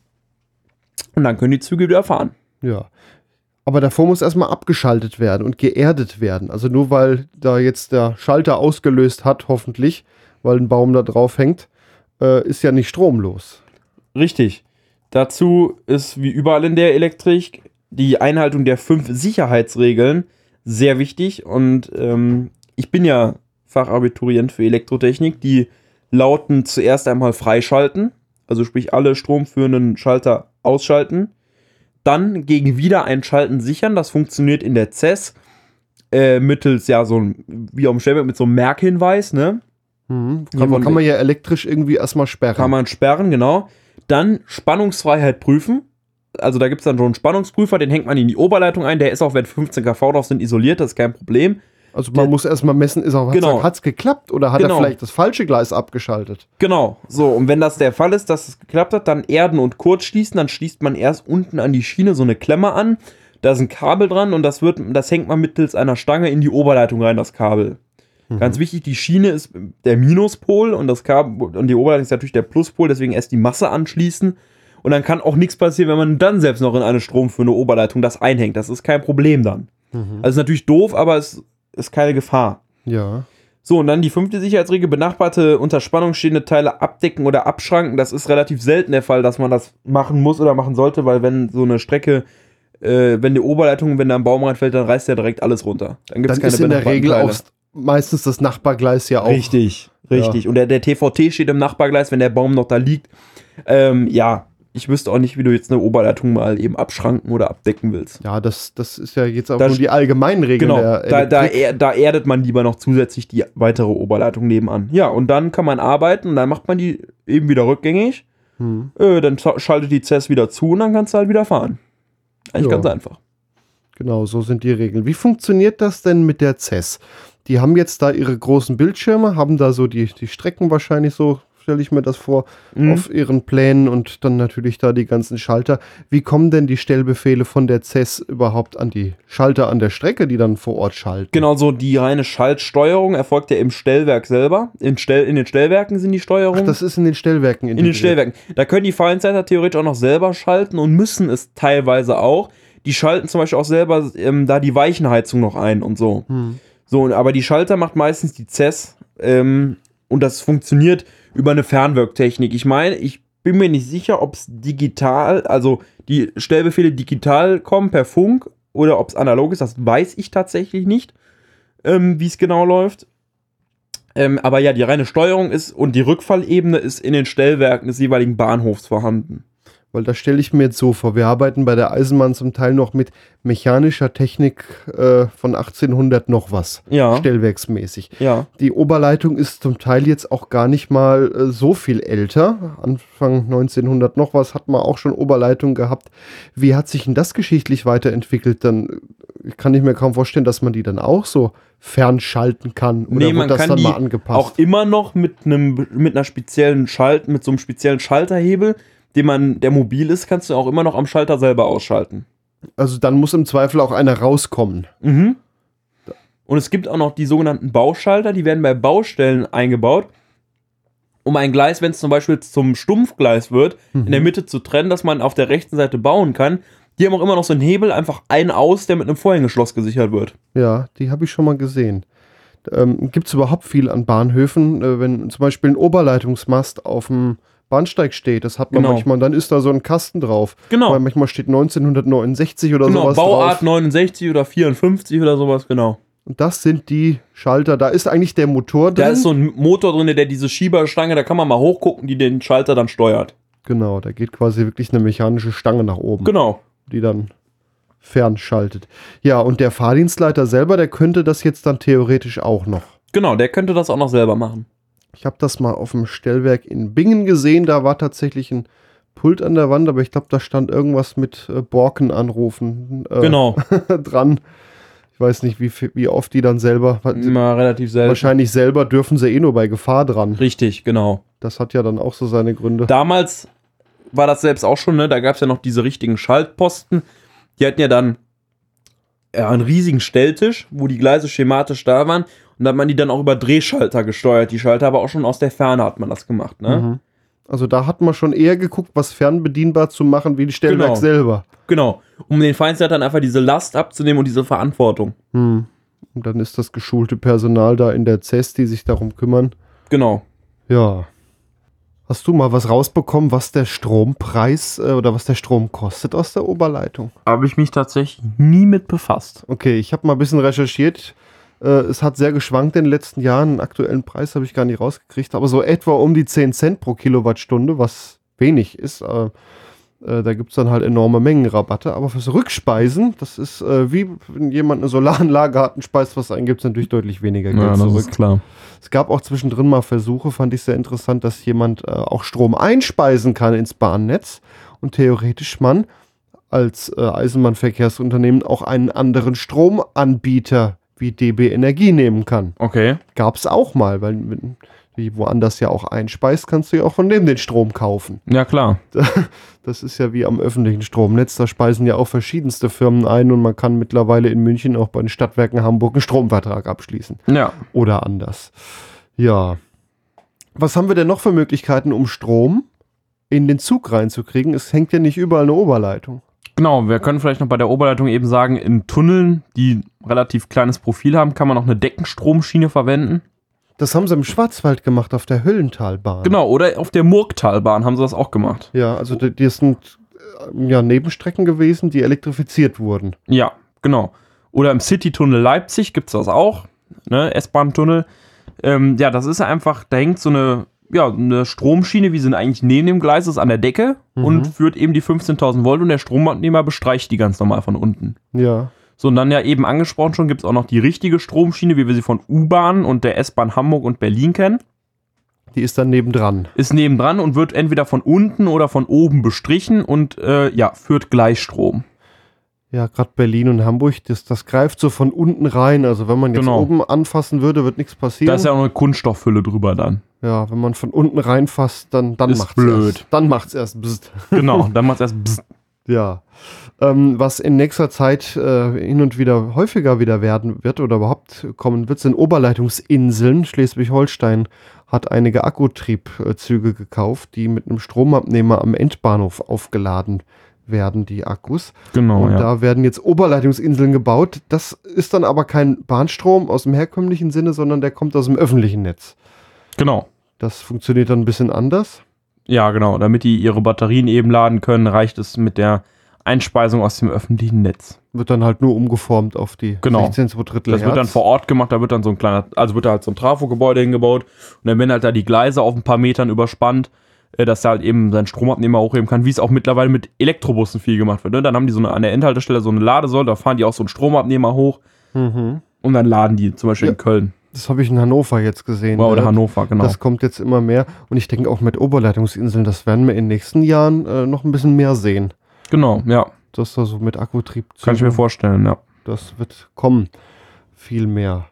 Und dann können die Züge wieder fahren. Ja. Aber davor muss erstmal abgeschaltet werden und geerdet werden. Also nur weil da jetzt der Schalter ausgelöst hat, hoffentlich, weil ein Baum da drauf hängt, ist ja nicht stromlos. Richtig. Dazu ist wie überall in der Elektrik die Einhaltung der 5 Sicherheitsregeln sehr wichtig. Und ich bin ja Fachabiturient für Elektrotechnik. Die lauten zuerst einmal freischalten. Also sprich alle stromführenden Schalter ausschalten. Dann gegen Wiedereinschalten sichern. Das funktioniert in der CES mittels, ja, so wie auf dem Stellwerk mit so einem Merkhinweis, ne? Mhm. Kann man ja elektrisch irgendwie erstmal sperren. Kann man sperren, genau. Dann Spannungsfreiheit prüfen. Also da gibt es dann so einen Spannungsprüfer, den hängt man in die Oberleitung ein. Der ist auch, wenn 15 kV drauf sind, isoliert, das ist kein Problem. Also man muss erstmal messen, hat es geklappt oder hat er vielleicht das falsche Gleis abgeschaltet? Genau. So, und wenn das der Fall ist, dass es geklappt hat, dann erden und kurz schließen. Dann schließt man erst unten an die Schiene so eine Klemme an. Da ist ein Kabel dran und das hängt man mittels einer Stange in die Oberleitung rein, das Kabel. Ganz wichtig, die Schiene ist der Minuspol und das Kabel und die Oberleitung ist natürlich der Pluspol, deswegen erst die Masse anschließen. Und dann kann auch nichts passieren, wenn man dann selbst noch in eine stromführende Oberleitung das einhängt. Das ist kein Problem dann. Also ist natürlich doof, aber es ist keine Gefahr. Ja. So, und dann die 5. Sicherheitsregel, benachbarte unter Spannung stehende Teile abdecken oder abschranken. Das ist relativ selten der Fall, dass man das machen muss oder machen sollte, weil wenn so eine Strecke, wenn die Oberleitung, wenn da ein Baum reinfällt, dann reißt der direkt alles runter. Dann gibt es keine ist in der Regel auch meistens das Nachbargleis ja auch. Richtig. Richtig. Und der TVT steht im Nachbargleis, wenn der Baum noch da liegt. Ich wüsste auch nicht, wie du jetzt eine Oberleitung mal eben abschranken oder abdecken willst. Ja, das ist ja jetzt auch nur die allgemeinen Regeln der Elektrik. Da erdet man lieber noch zusätzlich die weitere Oberleitung nebenan. Ja, und dann kann man arbeiten und dann macht man die eben wieder rückgängig. Dann schaltet die CES wieder zu und dann kannst du halt wieder fahren. Eigentlich ganz einfach. Genau, so sind die Regeln. Wie funktioniert das denn mit der CES? Die haben jetzt da ihre großen Bildschirme, haben da so die Strecken wahrscheinlich so, stelle ich mir das vor, auf ihren Plänen und dann natürlich da die ganzen Schalter. Wie kommen denn die Stellbefehle von der CES überhaupt an die Schalter an der Strecke, die dann vor Ort schalten? Genau, so die reine Schaltsteuerung erfolgt ja im Stellwerk selber. In den Stellwerken sind die Steuerungen. Ach, das ist in den Stellwerken in den Stellwerken. Da können die Fahrenzeiter theoretisch auch noch selber schalten und müssen es teilweise auch. Die schalten zum Beispiel auch selber da die Weichenheizung noch ein und so. So, aber die Schalter macht meistens die CES und das funktioniert über eine Fernwirktechnik. Ich meine, ich bin mir nicht sicher, ob es digital, also die Stellbefehle digital kommen per Funk oder ob es analog ist, das weiß ich tatsächlich nicht, wie es genau läuft. Aber ja, die reine Steuerung ist und die Rückfallebene ist in den Stellwerken des jeweiligen Bahnhofs vorhanden. Weil da stelle ich mir jetzt so vor, wir arbeiten bei der Eisenbahn zum Teil noch mit mechanischer Technik von 1800 noch was, stellwerksmäßig. Ja. Die Oberleitung ist zum Teil jetzt auch gar nicht mal so viel älter. Anfang 1900 noch was hat man auch schon Oberleitung gehabt. Wie hat sich denn das geschichtlich weiterentwickelt? Dann kann ich mir kaum vorstellen, dass man die dann auch so fernschalten kann. Oder man kann die mal angepasst? Auch immer noch mit einer speziellen mit so einem speziellen Schalterhebel, der mobil ist, kannst du auch immer noch am Schalter selber ausschalten. Also dann muss im Zweifel auch einer rauskommen. Und es gibt auch noch die sogenannten Bauschalter, die werden bei Baustellen eingebaut, um ein Gleis, wenn es zum Beispiel zum Stumpfgleis wird, in der Mitte zu trennen, dass man auf der rechten Seite bauen kann. Die haben auch immer noch so einen Hebel, einfach ein aus, der mit einem Vorhängeschloss gesichert wird. Ja, die habe ich schon mal gesehen. Gibt es überhaupt viel an Bahnhöfen, wenn zum Beispiel ein Oberleitungsmast auf dem Bahnsteig steht, das hat man manchmal, und dann ist da so ein Kasten drauf. Genau. Weil manchmal steht 1969 oder sowas Bauart drauf. 69 oder 54 oder sowas, genau. Und das sind die Schalter, da ist eigentlich der Motor drin. Da ist so ein Motor drin, der diese Schieberstange, da kann man mal hochgucken, die den Schalter dann steuert. Genau, da geht quasi wirklich eine mechanische Stange nach oben. Genau. Die dann fernschaltet. Ja, und der Fahrdienstleiter selber, der könnte das jetzt dann theoretisch auch noch. Genau, der könnte das auch noch selber machen. Ich habe das mal auf dem Stellwerk in Bingen gesehen, da war tatsächlich ein Pult an der Wand, aber ich glaube, da stand irgendwas mit Borken anrufen dran. Ich weiß nicht, wie oft die dann selber... Immer relativ selten. Wahrscheinlich selber dürfen sie nur bei Gefahr dran. Richtig, genau. Das hat ja dann auch so seine Gründe. Damals war das selbst auch schon, ne? Da gab es ja noch diese richtigen Schaltposten. Die hatten ja dann einen riesigen Stelltisch, wo die Gleise schematisch da waren. Und da hat man die dann auch über Drehschalter gesteuert, die Schalter, aber auch schon aus der Ferne hat man das gemacht, ne? Also da hat man schon eher geguckt, was fernbedienbar zu machen, wie die Stellwerk selber. Genau, um den Feindsleitern einfach diese Last abzunehmen und diese Verantwortung. Und dann ist das geschulte Personal da in der CES, die sich darum kümmern. Genau. Ja. Hast du mal was rausbekommen, was der Strompreis oder was der Strom kostet aus der Oberleitung? Habe ich mich tatsächlich nie mit befasst. Okay, ich habe mal ein bisschen recherchiert. Es hat sehr geschwankt in den letzten Jahren. Einen aktuellen Preis habe ich gar nicht rausgekriegt, aber so etwa um die 10 Cent pro Kilowattstunde, was wenig ist. Da gibt es dann halt enorme Mengenrabatte. Aber fürs Rückspeisen, das ist wie wenn jemand eine Solaranlage hat und speist was ein, gibt es natürlich deutlich weniger Geld zurück. Das ist klar. Es gab auch zwischendrin mal Versuche, fand ich sehr interessant, dass jemand auch Strom einspeisen kann ins Bahnnetz und theoretisch man als Eisenbahnverkehrsunternehmen auch einen anderen Stromanbieter wie DB Energie nehmen kann. Okay. Gab es auch mal, weil wie woanders ja auch einspeist, kannst du ja auch von dem den Strom kaufen. Ja, klar. Das ist ja wie am öffentlichen Stromnetz, da speisen ja auch verschiedenste Firmen ein und man kann mittlerweile in München auch bei den Stadtwerken Hamburg einen Stromvertrag abschließen. Ja. Oder anders. Ja. Was haben wir denn noch für Möglichkeiten, um Strom in den Zug reinzukriegen? Es hängt ja nicht überall eine Oberleitung. Genau, wir können vielleicht noch bei der Oberleitung eben sagen, in Tunneln, die relativ kleines Profil haben, kann man auch eine Deckenstromschiene verwenden. Das haben sie im Schwarzwald gemacht, auf der Höllentalbahn. Genau, oder auf der Murgtalbahn haben sie das auch gemacht. Ja, also die sind Nebenstrecken gewesen, die elektrifiziert wurden. Ja, genau. Oder im Citytunnel Leipzig gibt es das auch, ne? S-Bahn-Tunnel. Ja, das ist einfach, da hängt so eine Stromschiene, wie sie eigentlich neben dem Gleis ist, an der Decke und führt eben die 15.000 Volt und der Stromabnehmer bestreicht die ganz normal von unten. Ja. So, und dann ja eben angesprochen schon, gibt es auch noch die richtige Stromschiene, wie wir sie von U-Bahn und der S-Bahn Hamburg und Berlin kennen. Die ist dann nebendran. Ist nebendran und wird entweder von unten oder von oben bestrichen und führt Gleichstrom. Ja, gerade Berlin und Hamburg, das greift so von unten rein. Also wenn man jetzt oben anfassen würde, wird nichts passieren. Da ist ja auch eine Kunststoffhülle drüber dann. Ja, wenn man von unten reinfasst, dann macht's blöd. Dann macht's erst bzzt. Genau, dann macht's erst bzzt. Ja. Was in nächster Zeit hin und wieder häufiger wieder werden wird oder überhaupt kommen wird, sind Oberleitungsinseln. Schleswig-Holstein hat einige Akkutriebzüge gekauft, die mit einem Stromabnehmer am Endbahnhof aufgeladen werden, die Akkus. Genau, und da werden jetzt Oberleitungsinseln gebaut. Das ist dann aber kein Bahnstrom aus dem herkömmlichen Sinne, sondern der kommt aus dem öffentlichen Netz. Genau. Das funktioniert dann ein bisschen anders. Ja, genau. Damit die ihre Batterien eben laden können, reicht es mit der Einspeisung aus dem öffentlichen Netz. Wird dann halt nur umgeformt auf die 16,2 Hertz. Das wird dann vor Ort gemacht, da wird dann so ein kleiner, also wird da halt so ein Trafogebäude hingebaut und dann werden halt da die Gleise auf ein paar Metern überspannt, dass er halt eben seinen Stromabnehmer hochheben kann, wie es auch mittlerweile mit Elektrobussen viel gemacht wird. Ne? Dann haben die an der Endhaltestelle so eine Ladesäule, da fahren die auch so einen Stromabnehmer hoch und dann laden die, zum Beispiel in Köln. Das habe ich in Hannover jetzt gesehen. Oder Hannover, genau. Das kommt jetzt immer mehr und ich denke auch mit Oberleitungsinseln, das werden wir in den nächsten Jahren noch ein bisschen mehr sehen. Genau, ja. Das da so mit Akkutrieb. Kann ich mir vorstellen, ja. Das wird kommen. Viel mehr.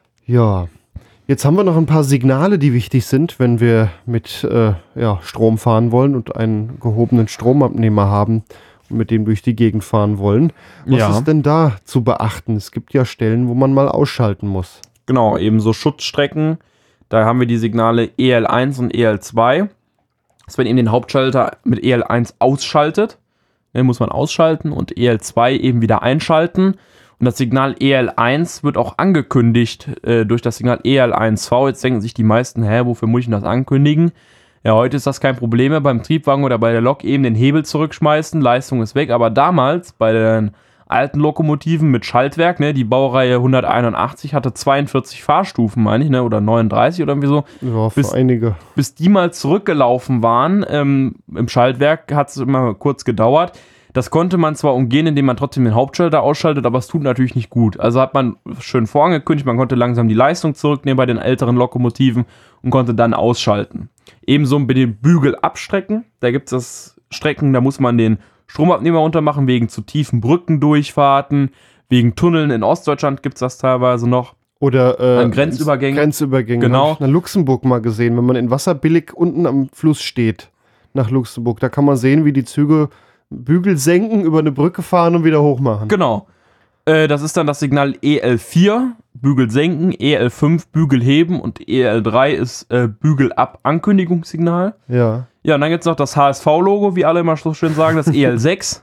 Ja. Jetzt haben wir noch ein paar Signale, die wichtig sind, wenn wir mit Strom fahren wollen und einen gehobenen Stromabnehmer haben und mit dem durch die Gegend fahren wollen. Was ist denn da zu beachten? Es gibt ja Stellen, wo man mal ausschalten muss. Genau, eben so Schutzstrecken. Da haben wir die Signale EL1 und EL2. Das wenn eben den Hauptschalter mit EL1 ausschaltet, den muss man ausschalten und EL2 eben wieder einschalten. Und das Signal EL1 wird auch angekündigt durch das Signal EL1V. Jetzt denken sich die meisten, wofür muss ich denn das ankündigen? Ja, heute ist das kein Problem mehr beim Triebwagen oder bei der Lok eben den Hebel zurückschmeißen, Leistung ist weg. Aber damals bei den alten Lokomotiven mit Schaltwerk, die Baureihe 181 hatte 42 Fahrstufen, meine ich, oder 39 oder irgendwie so. Ja, für einige. Bis die mal zurückgelaufen waren, im Schaltwerk hat es immer kurz gedauert. Das konnte man zwar umgehen, indem man trotzdem den Hauptschalter ausschaltet, aber es tut natürlich nicht gut. Also hat man schön vorangekündigt, man konnte langsam die Leistung zurücknehmen bei den älteren Lokomotiven und konnte dann ausschalten. Ebenso mit den Bügel abstrecken. Da gibt es Strecken, da muss man den Stromabnehmer runtermachen, wegen zu tiefen Brückendurchfahrten, wegen Tunneln in Ostdeutschland gibt es das teilweise noch. Oder an Grenzübergängen. Genau. Habe ich nach Luxemburg mal gesehen, wenn man in Wasserbillig unten am Fluss steht, nach Luxemburg, da kann man sehen, wie die Züge Bügel senken, über eine Brücke fahren und wieder hochmachen. Genau. Das ist dann das Signal EL4, Bügel senken, EL5, Bügel heben und EL3 ist Bügel ab, Ankündigungssignal. Ja. Ja, und dann gibt es noch das HSV-Logo, wie alle immer so schön sagen, das EL6.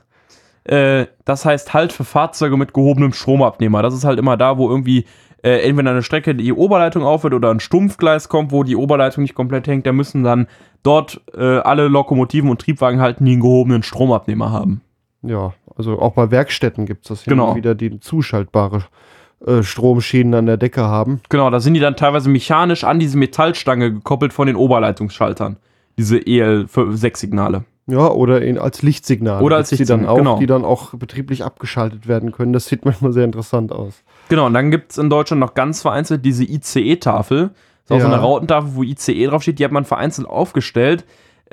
Das heißt Halt für Fahrzeuge mit gehobenem Stromabnehmer. Das ist halt immer da, wo irgendwie entweder eine Strecke die Oberleitung aufhört oder ein Stumpfgleis kommt, wo die Oberleitung nicht komplett hängt. Da müssen dann dort alle Lokomotiven und Triebwagen halten, die einen gehobenen Stromabnehmer haben. Ja, also auch bei Werkstätten gibt es das hin und wieder, die zuschaltbare Stromschienen an der Decke haben. Genau, da sind die dann teilweise mechanisch an diese Metallstange gekoppelt von den Oberleitungsschaltern. Diese EL6-Signale. Ja, oder als Lichtsignale. Oder als Lichtsignale, die dann auch betrieblich abgeschaltet werden können. Das sieht manchmal sehr interessant aus. Genau, und dann gibt es in Deutschland noch ganz vereinzelt diese ICE-Tafel. Das ist auch so eine Rautentafel, wo ICE draufsteht. Die hat man vereinzelt aufgestellt.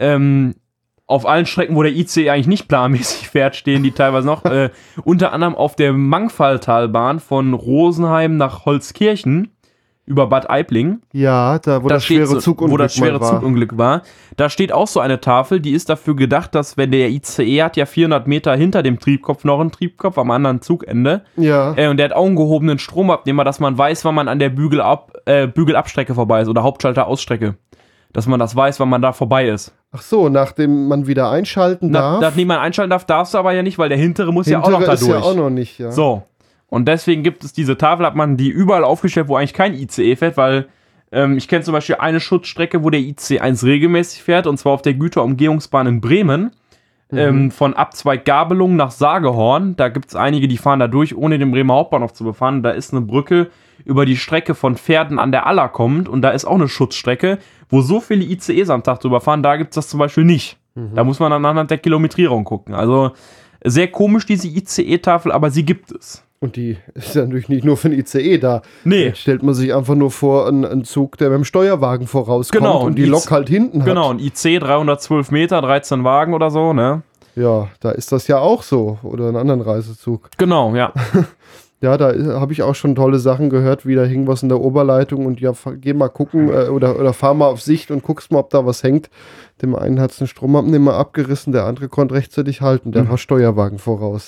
Auf allen Strecken, wo der ICE eigentlich nicht planmäßig fährt, stehen die teilweise noch. Unter anderem auf der Mangfalltalbahn von Rosenheim nach Holzkirchen über Bad Aibling. Ja, wo das schwere Zugunglück war. Da steht auch so eine Tafel, die ist dafür gedacht, dass wenn der ICE hat ja 400 Meter hinter dem Triebkopf noch einen Triebkopf am anderen Zugende. Ja. Und der hat auch einen gehobenen Stromabnehmer, dass man weiß, wann man an der Bügelabstrecke vorbei ist oder Hauptschalter-Ausstrecke. Dass man das weiß, wann man da vorbei ist. Ach so, nachdem man wieder einschalten darf? Nachdem man einschalten darf, darfst du aber ja nicht, weil der hintere muss ja auch noch da durch. Ist ja auch noch nicht, ja. So. Und deswegen gibt es diese Tafel, hat man die überall aufgestellt, wo eigentlich kein ICE fährt, weil ich kenne zum Beispiel eine Schutzstrecke, wo der ICE 1 regelmäßig fährt, und zwar auf der Güterumgehungsbahn in Bremen. von Abzweiggabelung nach Sagehorn. Da gibt es einige, die fahren da durch, ohne den Bremer Hauptbahnhof zu befahren. Da ist eine Brücke über die Strecke von Pferden an der Aller kommt und da ist auch eine Schutzstrecke, wo so viele ICEs am Tag drüber fahren. Da gibt es das zum Beispiel nicht. Da muss man dann anhand der Kilometrierung gucken. Also sehr komisch, diese ICE-Tafel, aber sie gibt es. Und die ist ja natürlich nicht nur für den ICE da. Nee. Jetzt stellt man sich einfach nur vor, einen Zug, der mit dem Steuerwagen vorauskommt Genau, und die Lok halt hinten hat. Genau, ein IC 312 Meter, 13 Wagen oder so, ne? Ja, da ist das ja auch so. Oder einen anderen Reisezug. Genau, ja. Ja, da habe ich auch schon tolle Sachen gehört, wie da hing was in der Oberleitung und ja, geh mal gucken oder fahr mal auf Sicht und guckst mal, ob da was hängt. Dem einen hat es einen Stromabnehmer abgerissen, der andere konnte rechtzeitig halten, der war Steuerwagen voraus.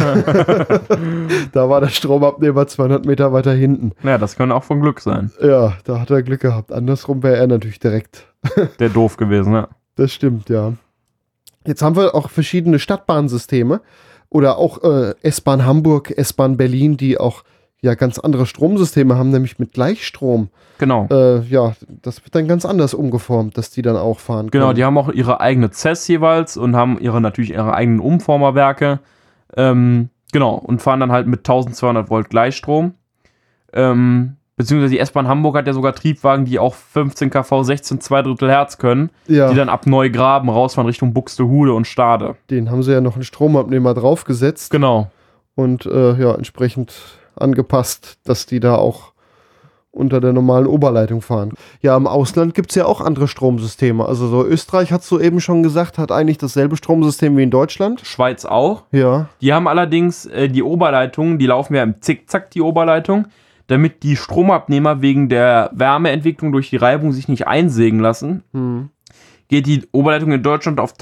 Da war der Stromabnehmer 200 Meter weiter hinten. Ja, das kann auch von Glück sein. Ja, da hat er Glück gehabt. Andersrum wäre er natürlich direkt. Der doof gewesen, ja. Das stimmt, ja. Jetzt haben wir auch verschiedene Stadtbahnsysteme. Oder auch S-Bahn Hamburg, S-Bahn Berlin, die auch ja ganz andere Stromsysteme haben, nämlich mit Gleichstrom. Genau. Ja, das wird dann ganz anders umgeformt, dass die dann auch fahren können. Genau, die haben auch ihre eigene CES jeweils und haben natürlich ihre eigenen Umformerwerke. Genau, und fahren dann halt mit 1200 Volt Gleichstrom. Beziehungsweise die S-Bahn Hamburg hat ja sogar Triebwagen, die auch 15 kV, 16 2/3 Hertz können, ja, die dann ab Neugraben rausfahren Richtung Buxtehude und Stade. den haben sie ja noch einen Stromabnehmer draufgesetzt. Genau. Und ja, entsprechend angepasst, dass die da auch unter der normalen Oberleitung fahren. Ja, im Ausland gibt es ja auch andere Stromsysteme. Also so Österreich, hast du eben schon gesagt, hat eigentlich dasselbe Stromsystem wie in Deutschland. Schweiz auch. Ja. Die haben allerdings die Oberleitungen, die laufen ja im Zickzack, die Oberleitung, damit die Stromabnehmer wegen der Wärmeentwicklung durch die Reibung sich nicht einsägen lassen. Geht die Oberleitung in Deutschland auf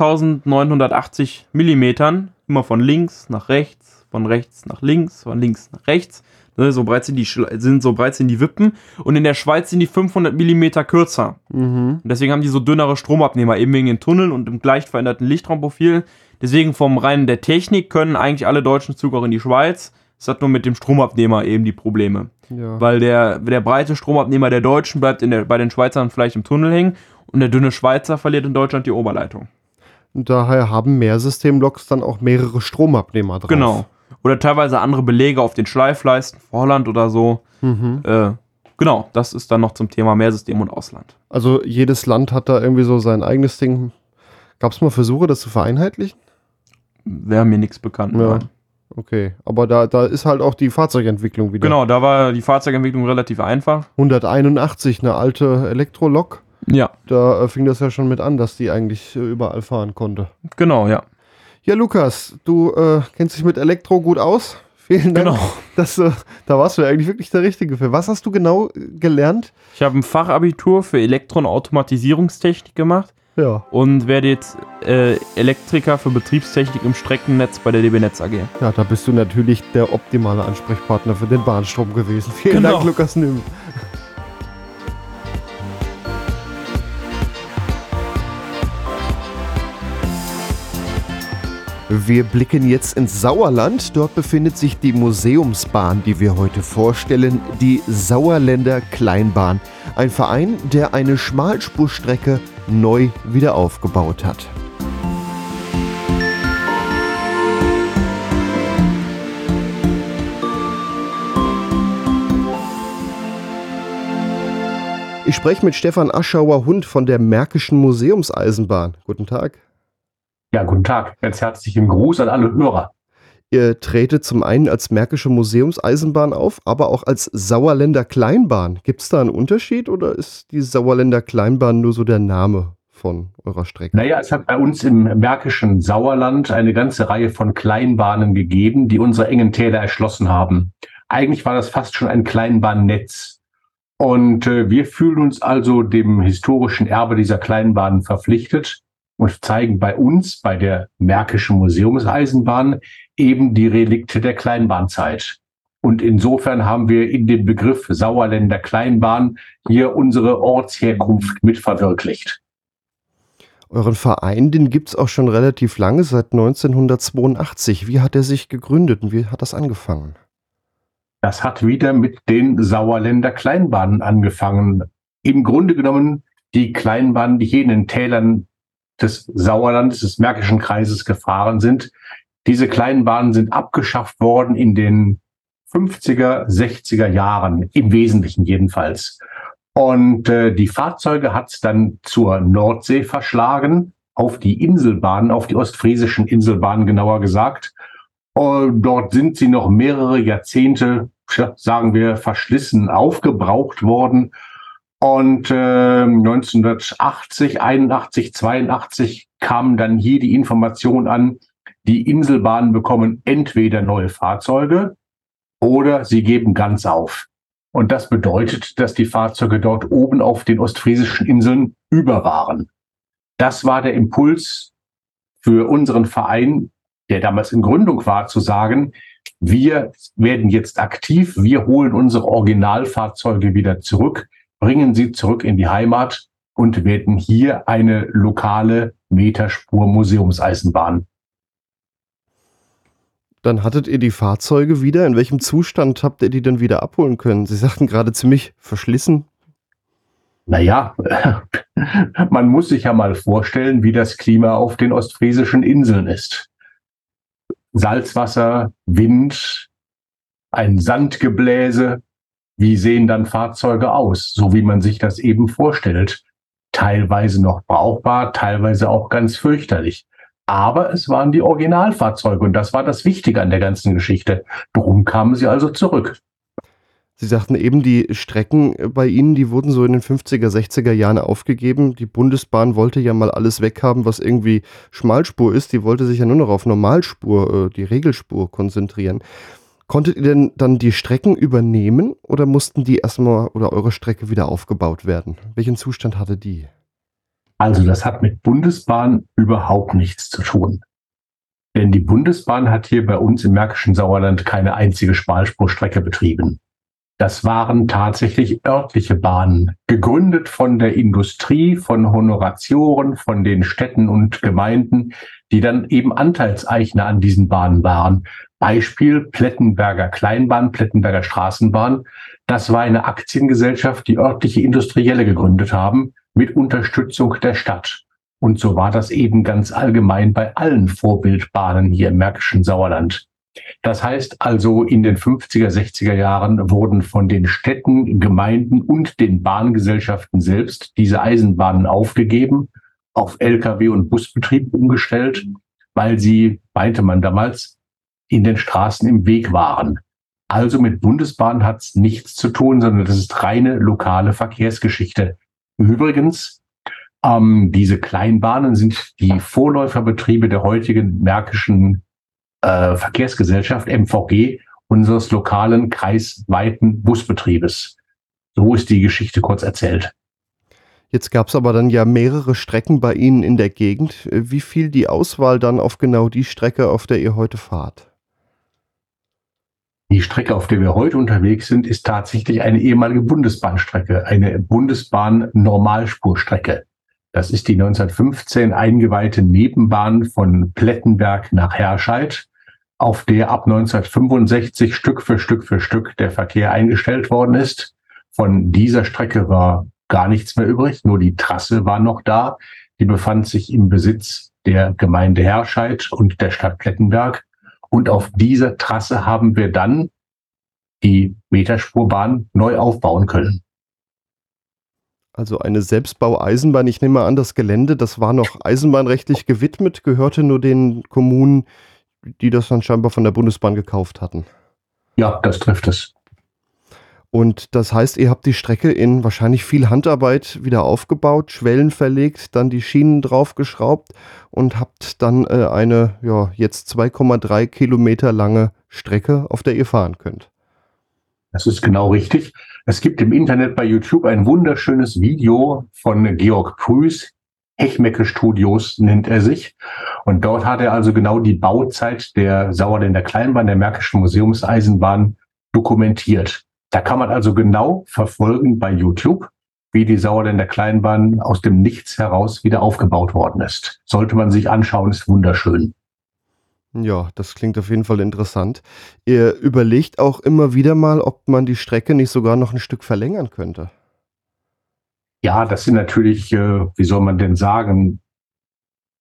1980 Millimetern, immer von links nach rechts, von rechts nach links, von links nach rechts. So breit sind die Wippen. Und in der Schweiz sind die 500 Millimeter kürzer. Und deswegen haben die so dünnere Stromabnehmer, eben wegen den Tunneln und dem leicht veränderten Lichtraumprofil. Deswegen vom reinen der Technik können eigentlich alle deutschen Züge auch in die Schweiz. Es hat nur mit dem Stromabnehmer eben die Probleme. Ja. Weil der breite Stromabnehmer der Deutschen bleibt bei den Schweizern vielleicht im Tunnel hängen und der dünne Schweizer verliert in Deutschland die Oberleitung. Und daher haben Mehrsystemloks dann auch mehrere Stromabnehmer drauf. Genau. Oder teilweise andere Belege auf den Schleifleisten, Vorland oder so. Genau, das ist dann noch zum Thema Mehrsystem und Ausland. Also jedes Land hat da irgendwie so sein eigenes Ding. Gab es mal Versuche, das zu vereinheitlichen? Wäre mir nichts bekannt. Ja. Nein. Okay, aber da ist halt auch die Fahrzeugentwicklung wieder. Genau, da war die Fahrzeugentwicklung relativ einfach. 181, eine alte Elektrolok. Ja. Da fing das ja schon mit an, dass die eigentlich überall fahren konnte. Genau, ja. Ja, Lukas, du kennst dich mit Elektro gut aus. Vielen Dank. Genau. Da warst du eigentlich wirklich der Richtige für. Was hast du genau gelernt? Ich habe ein Fachabitur für Elektro- und Automatisierungstechnik gemacht. Ja. Und werde jetzt Elektriker für Betriebstechnik im Streckennetz bei der DB Netz AG. Ja, da bist du natürlich der optimale Ansprechpartner für den Bahnstrom gewesen. Vielen Dank, Lukas Nüm. Wir blicken jetzt ins Sauerland. Dort befindet sich die Museumsbahn, die wir heute vorstellen, die Sauerländer Kleinbahn. Ein Verein, der eine Schmalspurstrecke neu wieder aufgebaut hat. Ich spreche mit Stefan Aschauer-Hund von der Märkischen Museumseisenbahn. Guten Tag. Ja, guten Tag. Ganz herzlichen Gruß an alle Hörer. Ihr tretet zum einen als Märkische Museumseisenbahn auf, aber auch als Sauerländer Kleinbahn. Gibt es da einen Unterschied oder ist die Sauerländer Kleinbahn nur so der Name von eurer Strecke? Naja, es hat bei uns im märkischen Sauerland eine ganze Reihe von Kleinbahnen gegeben, die unsere engen Täler erschlossen haben. Eigentlich war das fast schon ein Kleinbahnnetz. Und wir fühlen uns also dem historischen Erbe dieser Kleinbahnen verpflichtet und zeigen bei uns, bei der Märkischen Museumseisenbahn, eben die Relikte der Kleinbahnzeit. Und insofern haben wir in dem Begriff Sauerländer Kleinbahn hier unsere Ortsherkunft mit verwirklicht. Euren Verein, den gibt es auch schon relativ lange, seit 1982. Wie hat er sich gegründet und wie hat das angefangen? Das hat wieder mit den Sauerländer Kleinbahnen angefangen. Im Grunde genommen die Kleinbahnen, die hier in den Tälern des Sauerlandes, des Märkischen Kreises gefahren sind. Diese Kleinbahnen sind abgeschafft worden in den 50er, 60er Jahren, im Wesentlichen jedenfalls. Und die Fahrzeuge hat es dann zur Nordsee verschlagen, auf die Inselbahnen, auf die ostfriesischen Inselbahnen genauer gesagt. Und dort sind sie noch mehrere Jahrzehnte, sagen wir, verschlissen aufgebraucht worden. Und 1980, 81, 82 kam dann hier die Information an, die Inselbahnen bekommen entweder neue Fahrzeuge oder sie geben ganz auf. Und das bedeutet, dass die Fahrzeuge dort oben auf den ostfriesischen Inseln über waren. Das war der Impuls für unseren Verein, der damals in Gründung war, zu sagen, wir werden jetzt aktiv, wir holen unsere Originalfahrzeuge wieder zurück, bringen sie zurück in die Heimat und werden hier eine lokale Meterspur-Museumseisenbahn. Dann hattet ihr die Fahrzeuge wieder. In welchem Zustand habt ihr die denn wieder abholen können? Sie sagten gerade ziemlich verschlissen. Naja, man muss sich ja mal vorstellen, wie das Klima auf den ostfriesischen Inseln ist. Salzwasser, Wind, ein Sandgebläse. Wie sehen dann Fahrzeuge aus? So wie man sich das eben vorstellt. Teilweise noch brauchbar, teilweise auch ganz fürchterlich. Aber es waren die Originalfahrzeuge und das war das Wichtige an der ganzen Geschichte. Darum kamen sie also zurück. Sie sagten eben, die Strecken bei Ihnen, die wurden so in den 50er, 60er Jahren aufgegeben. Die Bundesbahn wollte ja mal alles weghaben, was irgendwie Schmalspur ist. Die wollte sich ja nur noch auf Normalspur, die Regelspur konzentrieren. Konntet ihr denn dann die Strecken übernehmen oder mussten die erstmal oder eure Strecke wieder aufgebaut werden? Welchen Zustand hatte die? Also das hat mit Bundesbahn überhaupt nichts zu tun. Denn die Bundesbahn hat hier bei uns im Märkischen Sauerland keine einzige Schmalspurstrecke betrieben. Das waren tatsächlich örtliche Bahnen, gegründet von der Industrie, von Honoratioren, von den Städten und Gemeinden, die dann eben Anteilseigner an diesen Bahnen waren. Beispiel Plettenberger Kleinbahn, Plettenberger Straßenbahn. Das war eine Aktiengesellschaft, die örtliche Industrielle gegründet haben, mit Unterstützung der Stadt. Und so war das eben ganz allgemein bei allen Vorbildbahnen hier im Märkischen Sauerland. Das heißt also, in den 50er, 60er Jahren wurden von den Städten, Gemeinden und den Bahngesellschaften selbst diese Eisenbahnen aufgegeben, auf Lkw- und Busbetrieb umgestellt, weil sie, meinte man damals, in den Straßen im Weg waren. Also mit Bundesbahn hat es nichts zu tun, sondern das ist reine lokale Verkehrsgeschichte. Übrigens, diese Kleinbahnen sind die Vorläuferbetriebe der heutigen Märkischen Verkehrsgesellschaft, MVG, unseres lokalen kreisweiten Busbetriebes. So ist die Geschichte kurz erzählt. Jetzt gab es aber dann ja mehrere Strecken bei Ihnen in der Gegend. Wie fiel die Auswahl dann auf genau die Strecke, auf der ihr heute fahrt? Die Strecke, auf der wir heute unterwegs sind, ist tatsächlich eine ehemalige Bundesbahnstrecke, eine Bundesbahn-Normalspurstrecke. Das ist die 1915 eingeweihte Nebenbahn von Plettenberg nach Herscheid, auf der ab 1965 Stück für Stück der Verkehr eingestellt worden ist. Von dieser Strecke war gar nichts mehr übrig, nur die Trasse war noch da. Die befand sich im Besitz der Gemeinde Herscheid und der Stadt Plettenberg. Und auf dieser Trasse haben wir dann die Meterspurbahn neu aufbauen können. Also eine Selbstbaueisenbahn. Ich nehme an, das Gelände, das war noch eisenbahnrechtlich gewidmet, gehörte nur den Kommunen, die das dann scheinbar von der Bundesbahn gekauft hatten. Ja, das trifft es. Und das heißt, ihr habt die Strecke in wahrscheinlich viel Handarbeit wieder aufgebaut, Schwellen verlegt, dann die Schienen draufgeschraubt und habt dann eine jetzt 2,3 Kilometer lange Strecke, auf der ihr fahren könnt. Das ist genau richtig. Es gibt im Internet bei YouTube ein wunderschönes Video von Georg Prüß, Hechmecke Studios nennt er sich. Und dort hat er also genau die Bauzeit der Sauerländer Kleinbahn, der Märkischen Museumseisenbahn, dokumentiert. Da kann man also genau verfolgen bei YouTube, wie die Sauerländer Kleinbahn aus dem Nichts heraus wieder aufgebaut worden ist. Sollte man sich anschauen, ist wunderschön. Ja, das klingt auf jeden Fall interessant. Ihr überlegt auch immer wieder mal, ob man die Strecke nicht sogar noch ein Stück verlängern könnte. Ja, das sind natürlich, wie soll man denn sagen,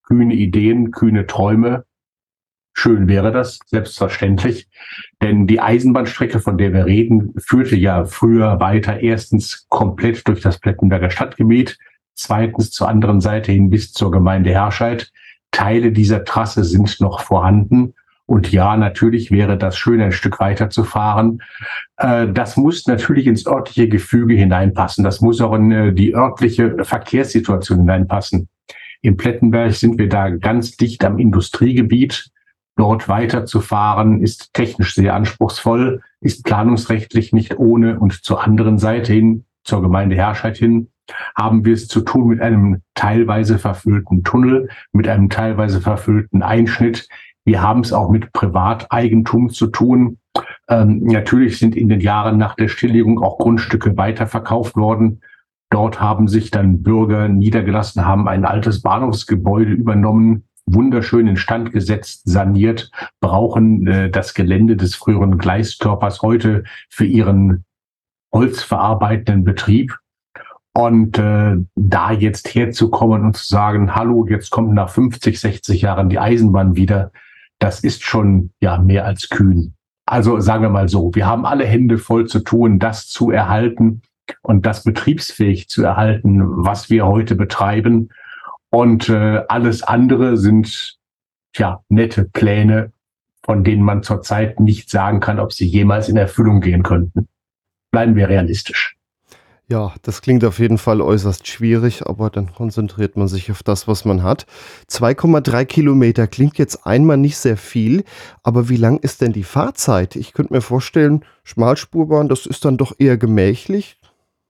kühne Ideen, kühne Träume. Schön wäre das, selbstverständlich. Denn die Eisenbahnstrecke, von der wir reden, führte ja früher weiter erstens komplett durch das Plettenberger Stadtgebiet, zweitens zur anderen Seite hin bis zur Gemeinde Herscheid. Teile dieser Trasse sind noch vorhanden. Und ja, natürlich wäre das schön, ein Stück weiter zu fahren. Das muss natürlich ins örtliche Gefüge hineinpassen. Das muss auch in die örtliche Verkehrssituation hineinpassen. In Plettenberg sind wir da ganz dicht am Industriegebiet. Dort weiterzufahren ist technisch sehr anspruchsvoll, ist planungsrechtlich nicht ohne. Und zur anderen Seite hin, zur Gemeinde Herscheid hin, haben wir es zu tun mit einem teilweise verfüllten Tunnel, mit einem teilweise verfüllten Einschnitt. Wir haben es auch mit Privateigentum zu tun. Natürlich sind in den Jahren nach der Stilllegung auch Grundstücke weiterverkauft worden. Dort haben sich dann Bürger niedergelassen, haben ein altes Bahnhofsgebäude übernommen, wunderschön instand gesetzt, saniert, brauchen das Gelände des früheren Gleiskörpers heute für ihren holzverarbeitenden Betrieb. Und da jetzt herzukommen und zu sagen, hallo, jetzt kommt nach 50, 60 Jahren die Eisenbahn wieder, das ist schon ja mehr als kühn. Also sagen wir mal so, wir haben alle Hände voll zu tun, das zu erhalten und das betriebsfähig zu erhalten, was wir heute betreiben. Und alles andere sind ja nette Pläne, von denen man zurzeit nicht sagen kann, ob sie jemals in Erfüllung gehen könnten. Bleiben wir realistisch. Ja, das klingt auf jeden Fall äußerst schwierig, aber dann konzentriert man sich auf das, was man hat. 2,3 Kilometer klingt jetzt einmal nicht sehr viel, aber wie lang ist denn die Fahrzeit? Ich könnte mir vorstellen, Schmalspurbahn, das ist dann doch eher gemächlich.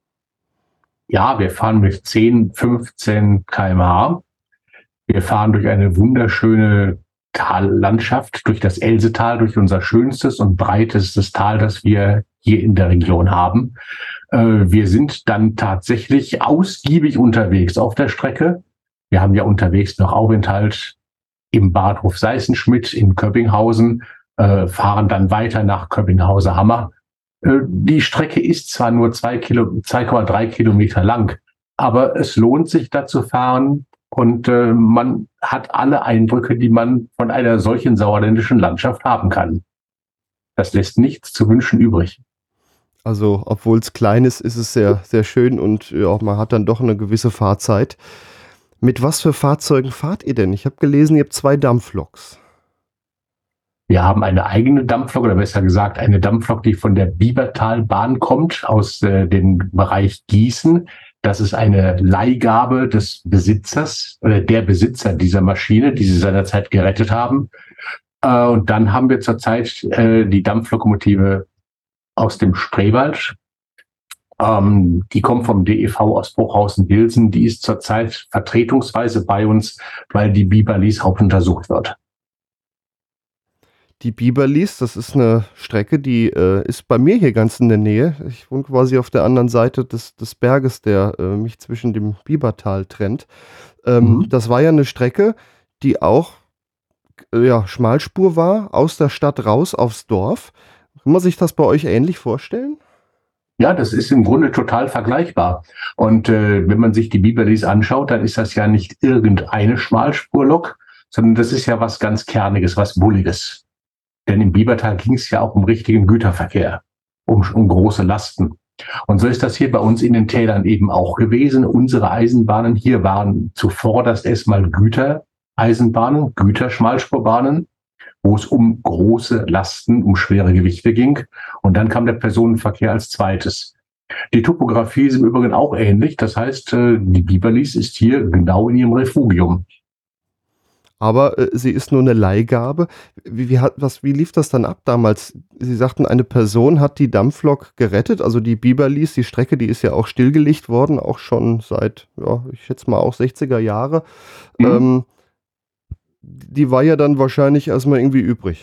Ja, wir fahren mit 10, 15 km/h. Wir fahren durch eine wunderschöne Tallandschaft, durch das Elsetal, durch unser schönstes und breitestes Tal, das wir hier in der Region haben. Wir sind dann tatsächlich ausgiebig unterwegs auf der Strecke. Wir haben ja unterwegs noch Aufenthalt im Bahnhof Seißenschmidt in Köppinghausen, fahren dann weiter nach Köppinghausen-Hammer. Die Strecke ist zwar nur 2,3 Kilometer lang, aber es lohnt sich da zu fahren und man hat alle Eindrücke, die man von einer solchen sauerländischen Landschaft haben kann. Das lässt nichts zu wünschen übrig. Also, obwohl es klein ist, ist es sehr, sehr schön und ja, man hat dann doch eine gewisse Fahrzeit. Mit was für Fahrzeugen fahrt ihr denn? Ich habe gelesen, ihr habt 2 Dampfloks. Wir haben eine eigene Dampflok, oder besser gesagt eine Dampflok, die von der Biebertalbahn kommt, aus dem Bereich Gießen. Das ist eine Leihgabe des Besitzers oder der Besitzer dieser Maschine, die sie seinerzeit gerettet haben. Und dann haben wir zurzeit die Dampflokomotive aus dem Spreewald. Die kommt vom DEV aus Bruchhausen-Bilsen. Die ist zurzeit vertretungsweise bei uns, weil die Bieberlies hauptuntersucht wird. Die Bieberlies, das ist eine Strecke, die ist bei mir hier ganz in der Nähe. Ich wohne quasi auf der anderen Seite des Berges, der mich zwischen dem Biebertal trennt. Das war ja eine Strecke, die auch Schmalspur war, aus der Stadt raus aufs Dorf. Kann man sich das bei euch ähnlich vorstellen? Ja, das ist im Grunde total vergleichbar. Und wenn man sich die Bieberlies anschaut, dann ist das ja nicht irgendeine Schmalspurlok, sondern das ist ja was ganz Kerniges, was Bulliges. Denn im Biebertal ging es ja auch um richtigen Güterverkehr, um große Lasten. Und so ist das hier bei uns in den Tälern eben auch gewesen. Unsere Eisenbahnen hier waren zuvorderst erstmal Gütereisenbahnen, Güterschmalspurbahnen, wo es um große Lasten, um schwere Gewichte ging. Und dann kam der Personenverkehr als zweites. Die Topografie ist im Übrigen auch ähnlich. Das heißt, die Bieberlies ist hier genau in ihrem Refugium. Aber sie ist nur eine Leihgabe. Wie lief das dann ab damals? Sie sagten, eine Person hat die Dampflok gerettet, also die Bieberlies, die Strecke, die ist ja auch stillgelegt worden, auch schon seit, ich schätze mal auch 60er Jahre. Die war ja dann wahrscheinlich erstmal irgendwie übrig.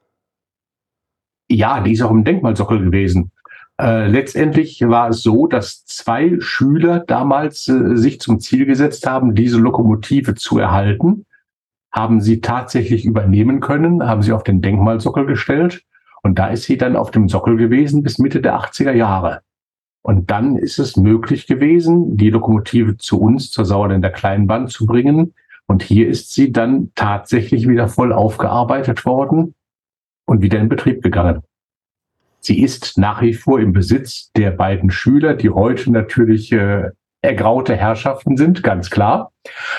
Ja, die ist auch im Denkmalsockel gewesen. Letztendlich war es so, dass 2 Schüler damals sich zum Ziel gesetzt haben, diese Lokomotive zu erhalten, haben sie tatsächlich übernehmen können, haben sie auf den Denkmalsockel gestellt und da ist sie dann auf dem Sockel gewesen bis Mitte der 80er Jahre. Und dann ist es möglich gewesen, die Lokomotive zu uns, zur Sauerländer Kleinbahn zu bringen, Und hier ist sie dann tatsächlich wieder voll aufgearbeitet worden und wieder in Betrieb gegangen. Sie ist nach wie vor im Besitz der beiden Schüler, die heute natürlich ergraute Herrschaften sind, ganz klar.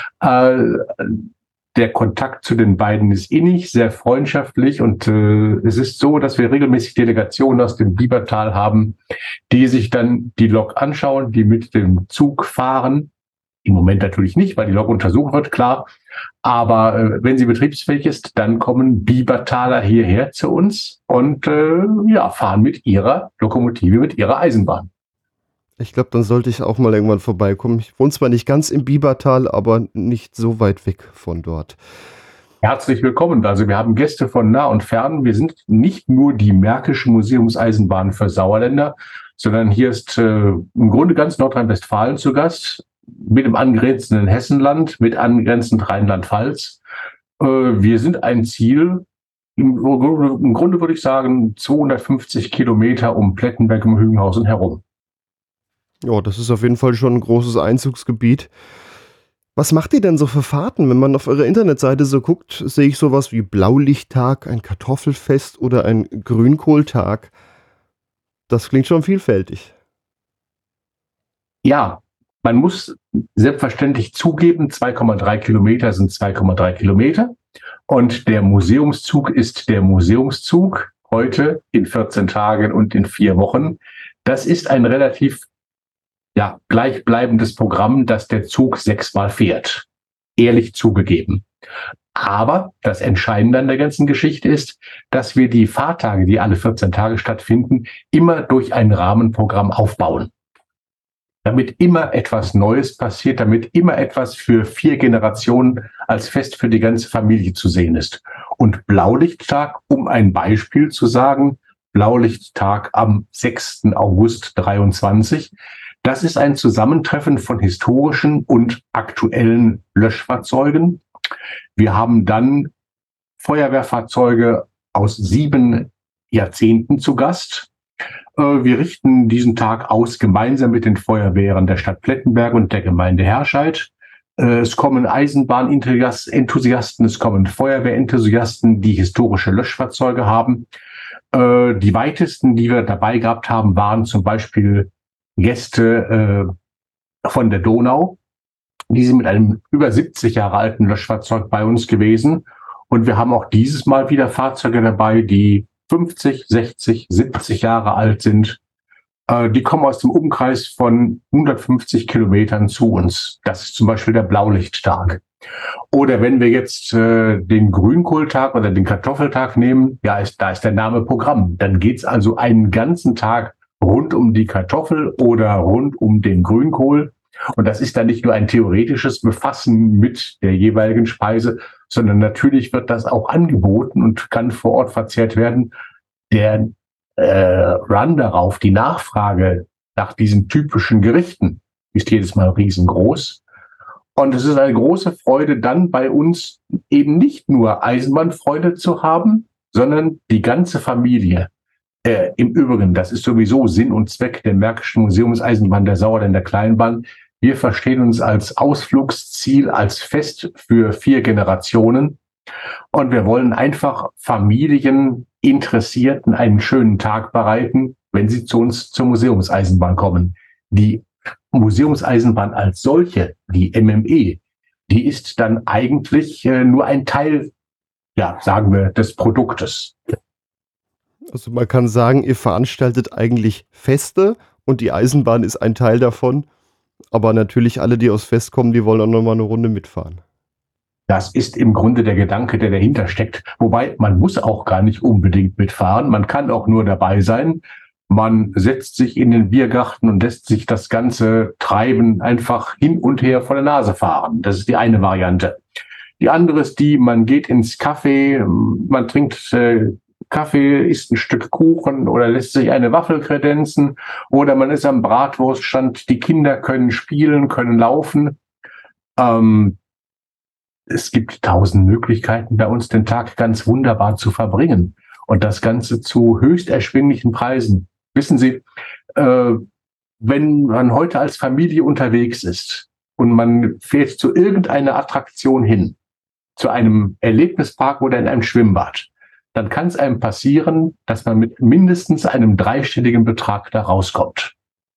Der Kontakt zu den beiden ist innig, sehr freundschaftlich und es ist so, dass wir regelmäßig Delegationen aus dem Biebertal haben, die sich dann die Lok anschauen, die mit dem Zug fahren. Im Moment natürlich nicht, weil die Lok untersucht wird, klar. Aber wenn sie betriebsfähig ist, dann kommen Biebertaler hierher zu uns und fahren mit ihrer Lokomotive, mit ihrer Eisenbahn. Ich glaube, dann sollte ich auch mal irgendwann vorbeikommen. Ich wohne zwar nicht ganz im Biebertal, aber nicht so weit weg von dort. Herzlich willkommen. Also wir haben Gäste von nah und fern. Wir sind nicht nur die Märkische Museumseisenbahn für Sauerländer, sondern hier ist im Grunde ganz Nordrhein-Westfalen zu Gast, mit dem angrenzenden Hessenland, mit angrenzend Rheinland-Pfalz. Wir sind ein Ziel, im Grunde würde ich sagen, 250 Kilometer um Plettenberg, um Hügenhausen herum. Ja, das ist auf jeden Fall schon ein großes Einzugsgebiet. Was macht ihr denn so für Fahrten? Wenn man auf eurer Internetseite so guckt, sehe ich sowas wie Blaulichttag, ein Kartoffelfest oder ein Grünkohltag. Das klingt schon vielfältig. Ja, man muss selbstverständlich zugeben, 2,3 Kilometer sind 2,3 Kilometer. Und der Museumszug ist der Museumszug heute in 14 Tagen und in 4 Wochen. Das ist ein relativ gleichbleibendes Programm, das der Zug 6-mal fährt. Ehrlich zugegeben. Aber das Entscheidende an der ganzen Geschichte ist, dass wir die Fahrtage, die alle 14 Tage stattfinden, immer durch ein Rahmenprogramm aufbauen. Damit immer etwas Neues passiert, damit immer etwas für 4 Generationen als Fest für die ganze Familie zu sehen ist. Und Blaulichttag, um ein Beispiel zu sagen, Blaulichttag am 6. August 23, das ist ein Zusammentreffen von historischen und aktuellen Löschfahrzeugen. Wir haben dann Feuerwehrfahrzeuge aus 7 Jahrzehnten zu Gast. Wir richten diesen Tag aus gemeinsam mit den Feuerwehren der Stadt Plettenberg und der Gemeinde Herscheid. Es kommen Eisenbahnenthusiasten, es kommen Feuerwehrenthusiasten, die historische Löschfahrzeuge haben. Die weitesten, die wir dabei gehabt haben, waren zum Beispiel Gäste von der Donau. Die sind mit einem über 70 Jahre alten Löschfahrzeug bei uns gewesen. Und wir haben auch dieses Mal wieder Fahrzeuge dabei, die 50, 60, 70 Jahre alt sind. Die kommen aus dem Umkreis von 150 Kilometern zu uns. Das ist zum Beispiel der Blaulichttag. Oder wenn wir jetzt den Grünkohltag oder den Kartoffeltag nehmen, da ist der Name Programm. Dann geht's also einen ganzen Tag rund um die Kartoffel oder rund um den Grünkohl. Und das ist dann nicht nur ein theoretisches Befassen mit der jeweiligen Speise, sondern natürlich wird das auch angeboten und kann vor Ort verzehrt werden. Der Run darauf, die Nachfrage nach diesen typischen Gerichten ist jedes Mal riesengroß. Und es ist eine große Freude, dann bei uns eben nicht nur Eisenbahnfreude zu haben, sondern die ganze Familie. Im Übrigen, das ist sowieso Sinn und Zweck der Märkischen Museumseisenbahn der Sauerländer Kleinbahn. Wir verstehen uns als Ausflugsziel, als Fest für 4 Generationen. Und wir wollen einfach Familieninteressierten einen schönen Tag bereiten, wenn sie zu uns zur Museumseisenbahn kommen. Die Museumseisenbahn als solche, die MME, die ist dann eigentlich nur ein Teil, sagen wir, des Produktes. Also man kann sagen, ihr veranstaltet eigentlich Feste und die Eisenbahn ist ein Teil davon. Aber natürlich alle, die aufs Fest kommen, die wollen auch nochmal eine Runde mitfahren. Das ist im Grunde der Gedanke, der dahinter steckt. Wobei, man muss auch gar nicht unbedingt mitfahren. Man kann auch nur dabei sein. Man setzt sich in den Biergarten und lässt sich das ganze Treiben einfach hin und her vor der Nase fahren. Das ist die eine Variante. Die andere ist man geht ins Café, man trinkt Kaffee, isst ein Stück Kuchen oder lässt sich eine Waffel kredenzen oder man ist am Bratwurststand. Die Kinder können spielen, können laufen. Es gibt 1000 Möglichkeiten, bei uns den Tag ganz wunderbar zu verbringen. Und das Ganze zu höchst erschwinglichen Preisen. Wissen Sie, wenn man heute als Familie unterwegs ist, und man fährt zu irgendeiner Attraktion hin, zu einem Erlebnispark oder in einem Schwimmbad, dann kann es einem passieren, dass man mit mindestens einem dreistelligen Betrag da rauskommt.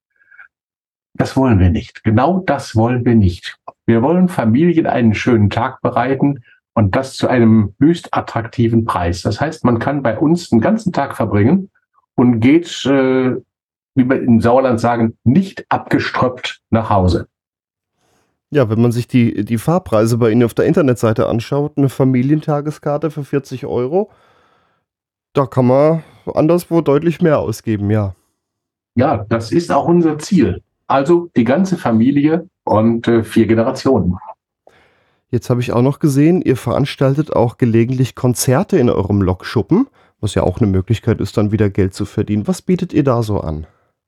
Das wollen wir nicht. Genau das wollen wir nicht. Wir wollen Familien einen schönen Tag bereiten und das zu einem höchst attraktiven Preis. Das heißt, man kann bei uns einen ganzen Tag verbringen und geht, wie wir im Sauerland sagen, nicht abgeströppt nach Hause. Ja, wenn man sich die Fahrpreise bei Ihnen auf der Internetseite anschaut, eine Familientageskarte für 40 €, da kann man anderswo deutlich mehr ausgeben, ja. Ja, das ist auch unser Ziel. Also die ganze Familie und 4 Generationen. Jetzt habe ich auch noch gesehen, ihr veranstaltet auch gelegentlich Konzerte in eurem Lokschuppen, was ja auch eine Möglichkeit ist, dann wieder Geld zu verdienen. Was bietet ihr da so an?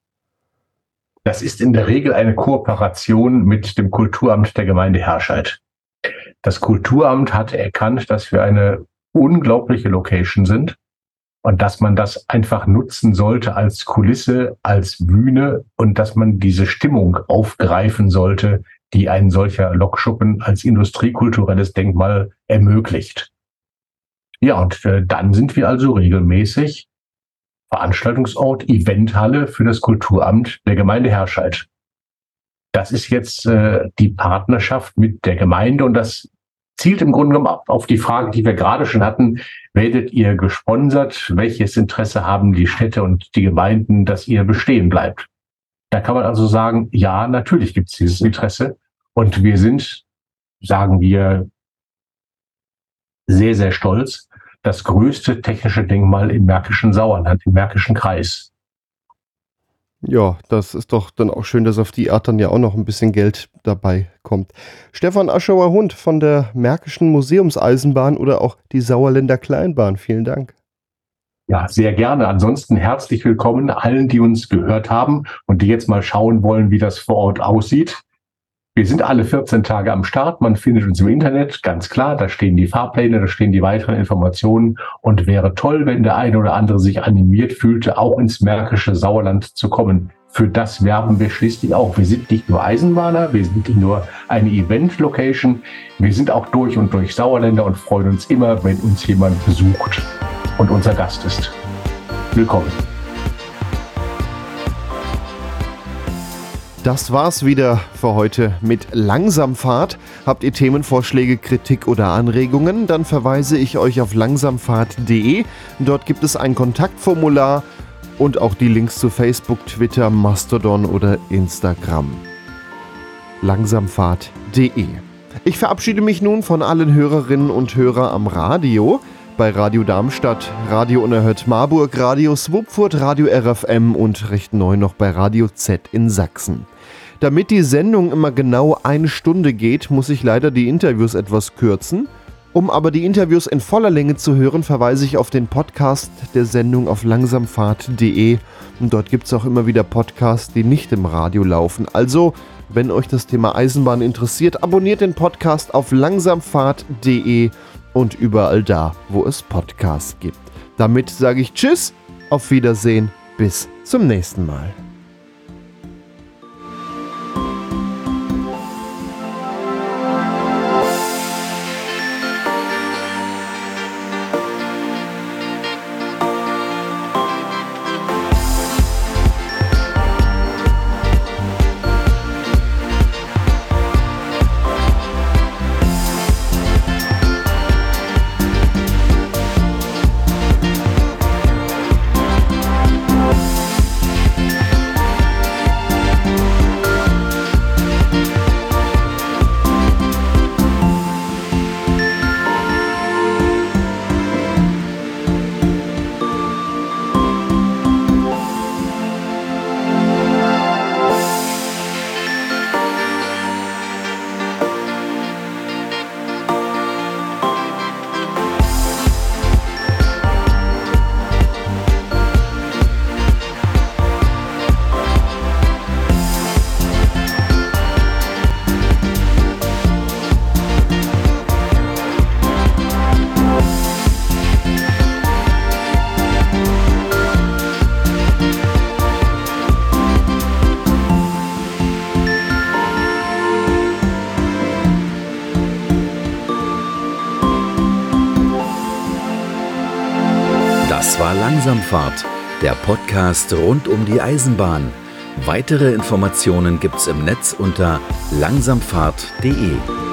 Das ist in der Regel eine Kooperation mit dem Kulturamt der Gemeinde Herscheid. Das Kulturamt hat erkannt, dass wir eine unglaubliche Location sind und dass man das einfach nutzen sollte als Kulisse, als Bühne und dass man diese Stimmung aufgreifen sollte, die ein solcher Lokschuppen als industriekulturelles Denkmal ermöglicht. Ja, und dann sind wir also regelmäßig Veranstaltungsort, Eventhalle für das Kulturamt der Gemeinde Herscheid. Das ist jetzt die Partnerschaft mit der Gemeinde und das zielt im Grunde genommen auf die Frage, die wir gerade schon hatten. Werdet ihr gesponsert? Welches Interesse haben die Städte und die Gemeinden, dass ihr bestehen bleibt? Da kann man also sagen, ja, natürlich gibt es dieses Interesse. Und wir sind, sagen wir, sehr, sehr stolz, das größte technische Denkmal im Märkischen Sauerland, im Märkischen Kreis. Ja, das ist doch dann auch schön, dass auf die Art dann ja auch noch ein bisschen Geld dabei kommt. Stefan Aschauer-Hund von der Märkischen Museumseisenbahn oder auch die Sauerländer Kleinbahn. Vielen Dank. Ja, sehr gerne. Ansonsten herzlich willkommen allen, die uns gehört haben und die jetzt mal schauen wollen, wie das vor Ort aussieht. Wir sind alle 14 Tage am Start. Man findet uns im Internet, ganz klar. Da stehen die Fahrpläne, da stehen die weiteren Informationen. Und wäre toll, wenn der eine oder andere sich animiert fühlte, auch ins Märkische Sauerland zu kommen. Für das werben wir schließlich auch. Wir sind nicht nur Eisenbahner, wir sind nicht nur eine Event-Location. Wir sind auch durch und durch Sauerländer und freuen uns immer, wenn uns jemand besucht und unser Gast ist. Willkommen. Das war's wieder für heute mit Langsamfahrt. Habt ihr Themenvorschläge, Kritik oder Anregungen? Dann verweise ich euch auf langsamfahrt.de. Dort gibt es ein Kontaktformular und auch die Links zu Facebook, Twitter, Mastodon oder Instagram. Langsamfahrt.de. Ich verabschiede mich nun von allen Hörerinnen und Hörern am Radio. Bei Radio Darmstadt, Radio Unerhört Marburg, Radio Swupfurt, Radio RFM und recht neu noch bei Radio Z in Sachsen. Damit die Sendung immer genau 1 Stunde geht, muss ich leider die Interviews etwas kürzen. Um aber die Interviews in voller Länge zu hören, verweise ich auf den Podcast der Sendung auf langsamfahrt.de. Und dort gibt es auch immer wieder Podcasts, die nicht im Radio laufen. Also, wenn euch das Thema Eisenbahn interessiert, abonniert den Podcast auf langsamfahrt.de und überall da, wo es Podcasts gibt. Damit sage ich Tschüss, auf Wiedersehen, bis zum nächsten Mal. Das war Langsamfahrt, der Podcast rund um die Eisenbahn. Weitere Informationen gibt's im Netz unter langsamfahrt.de.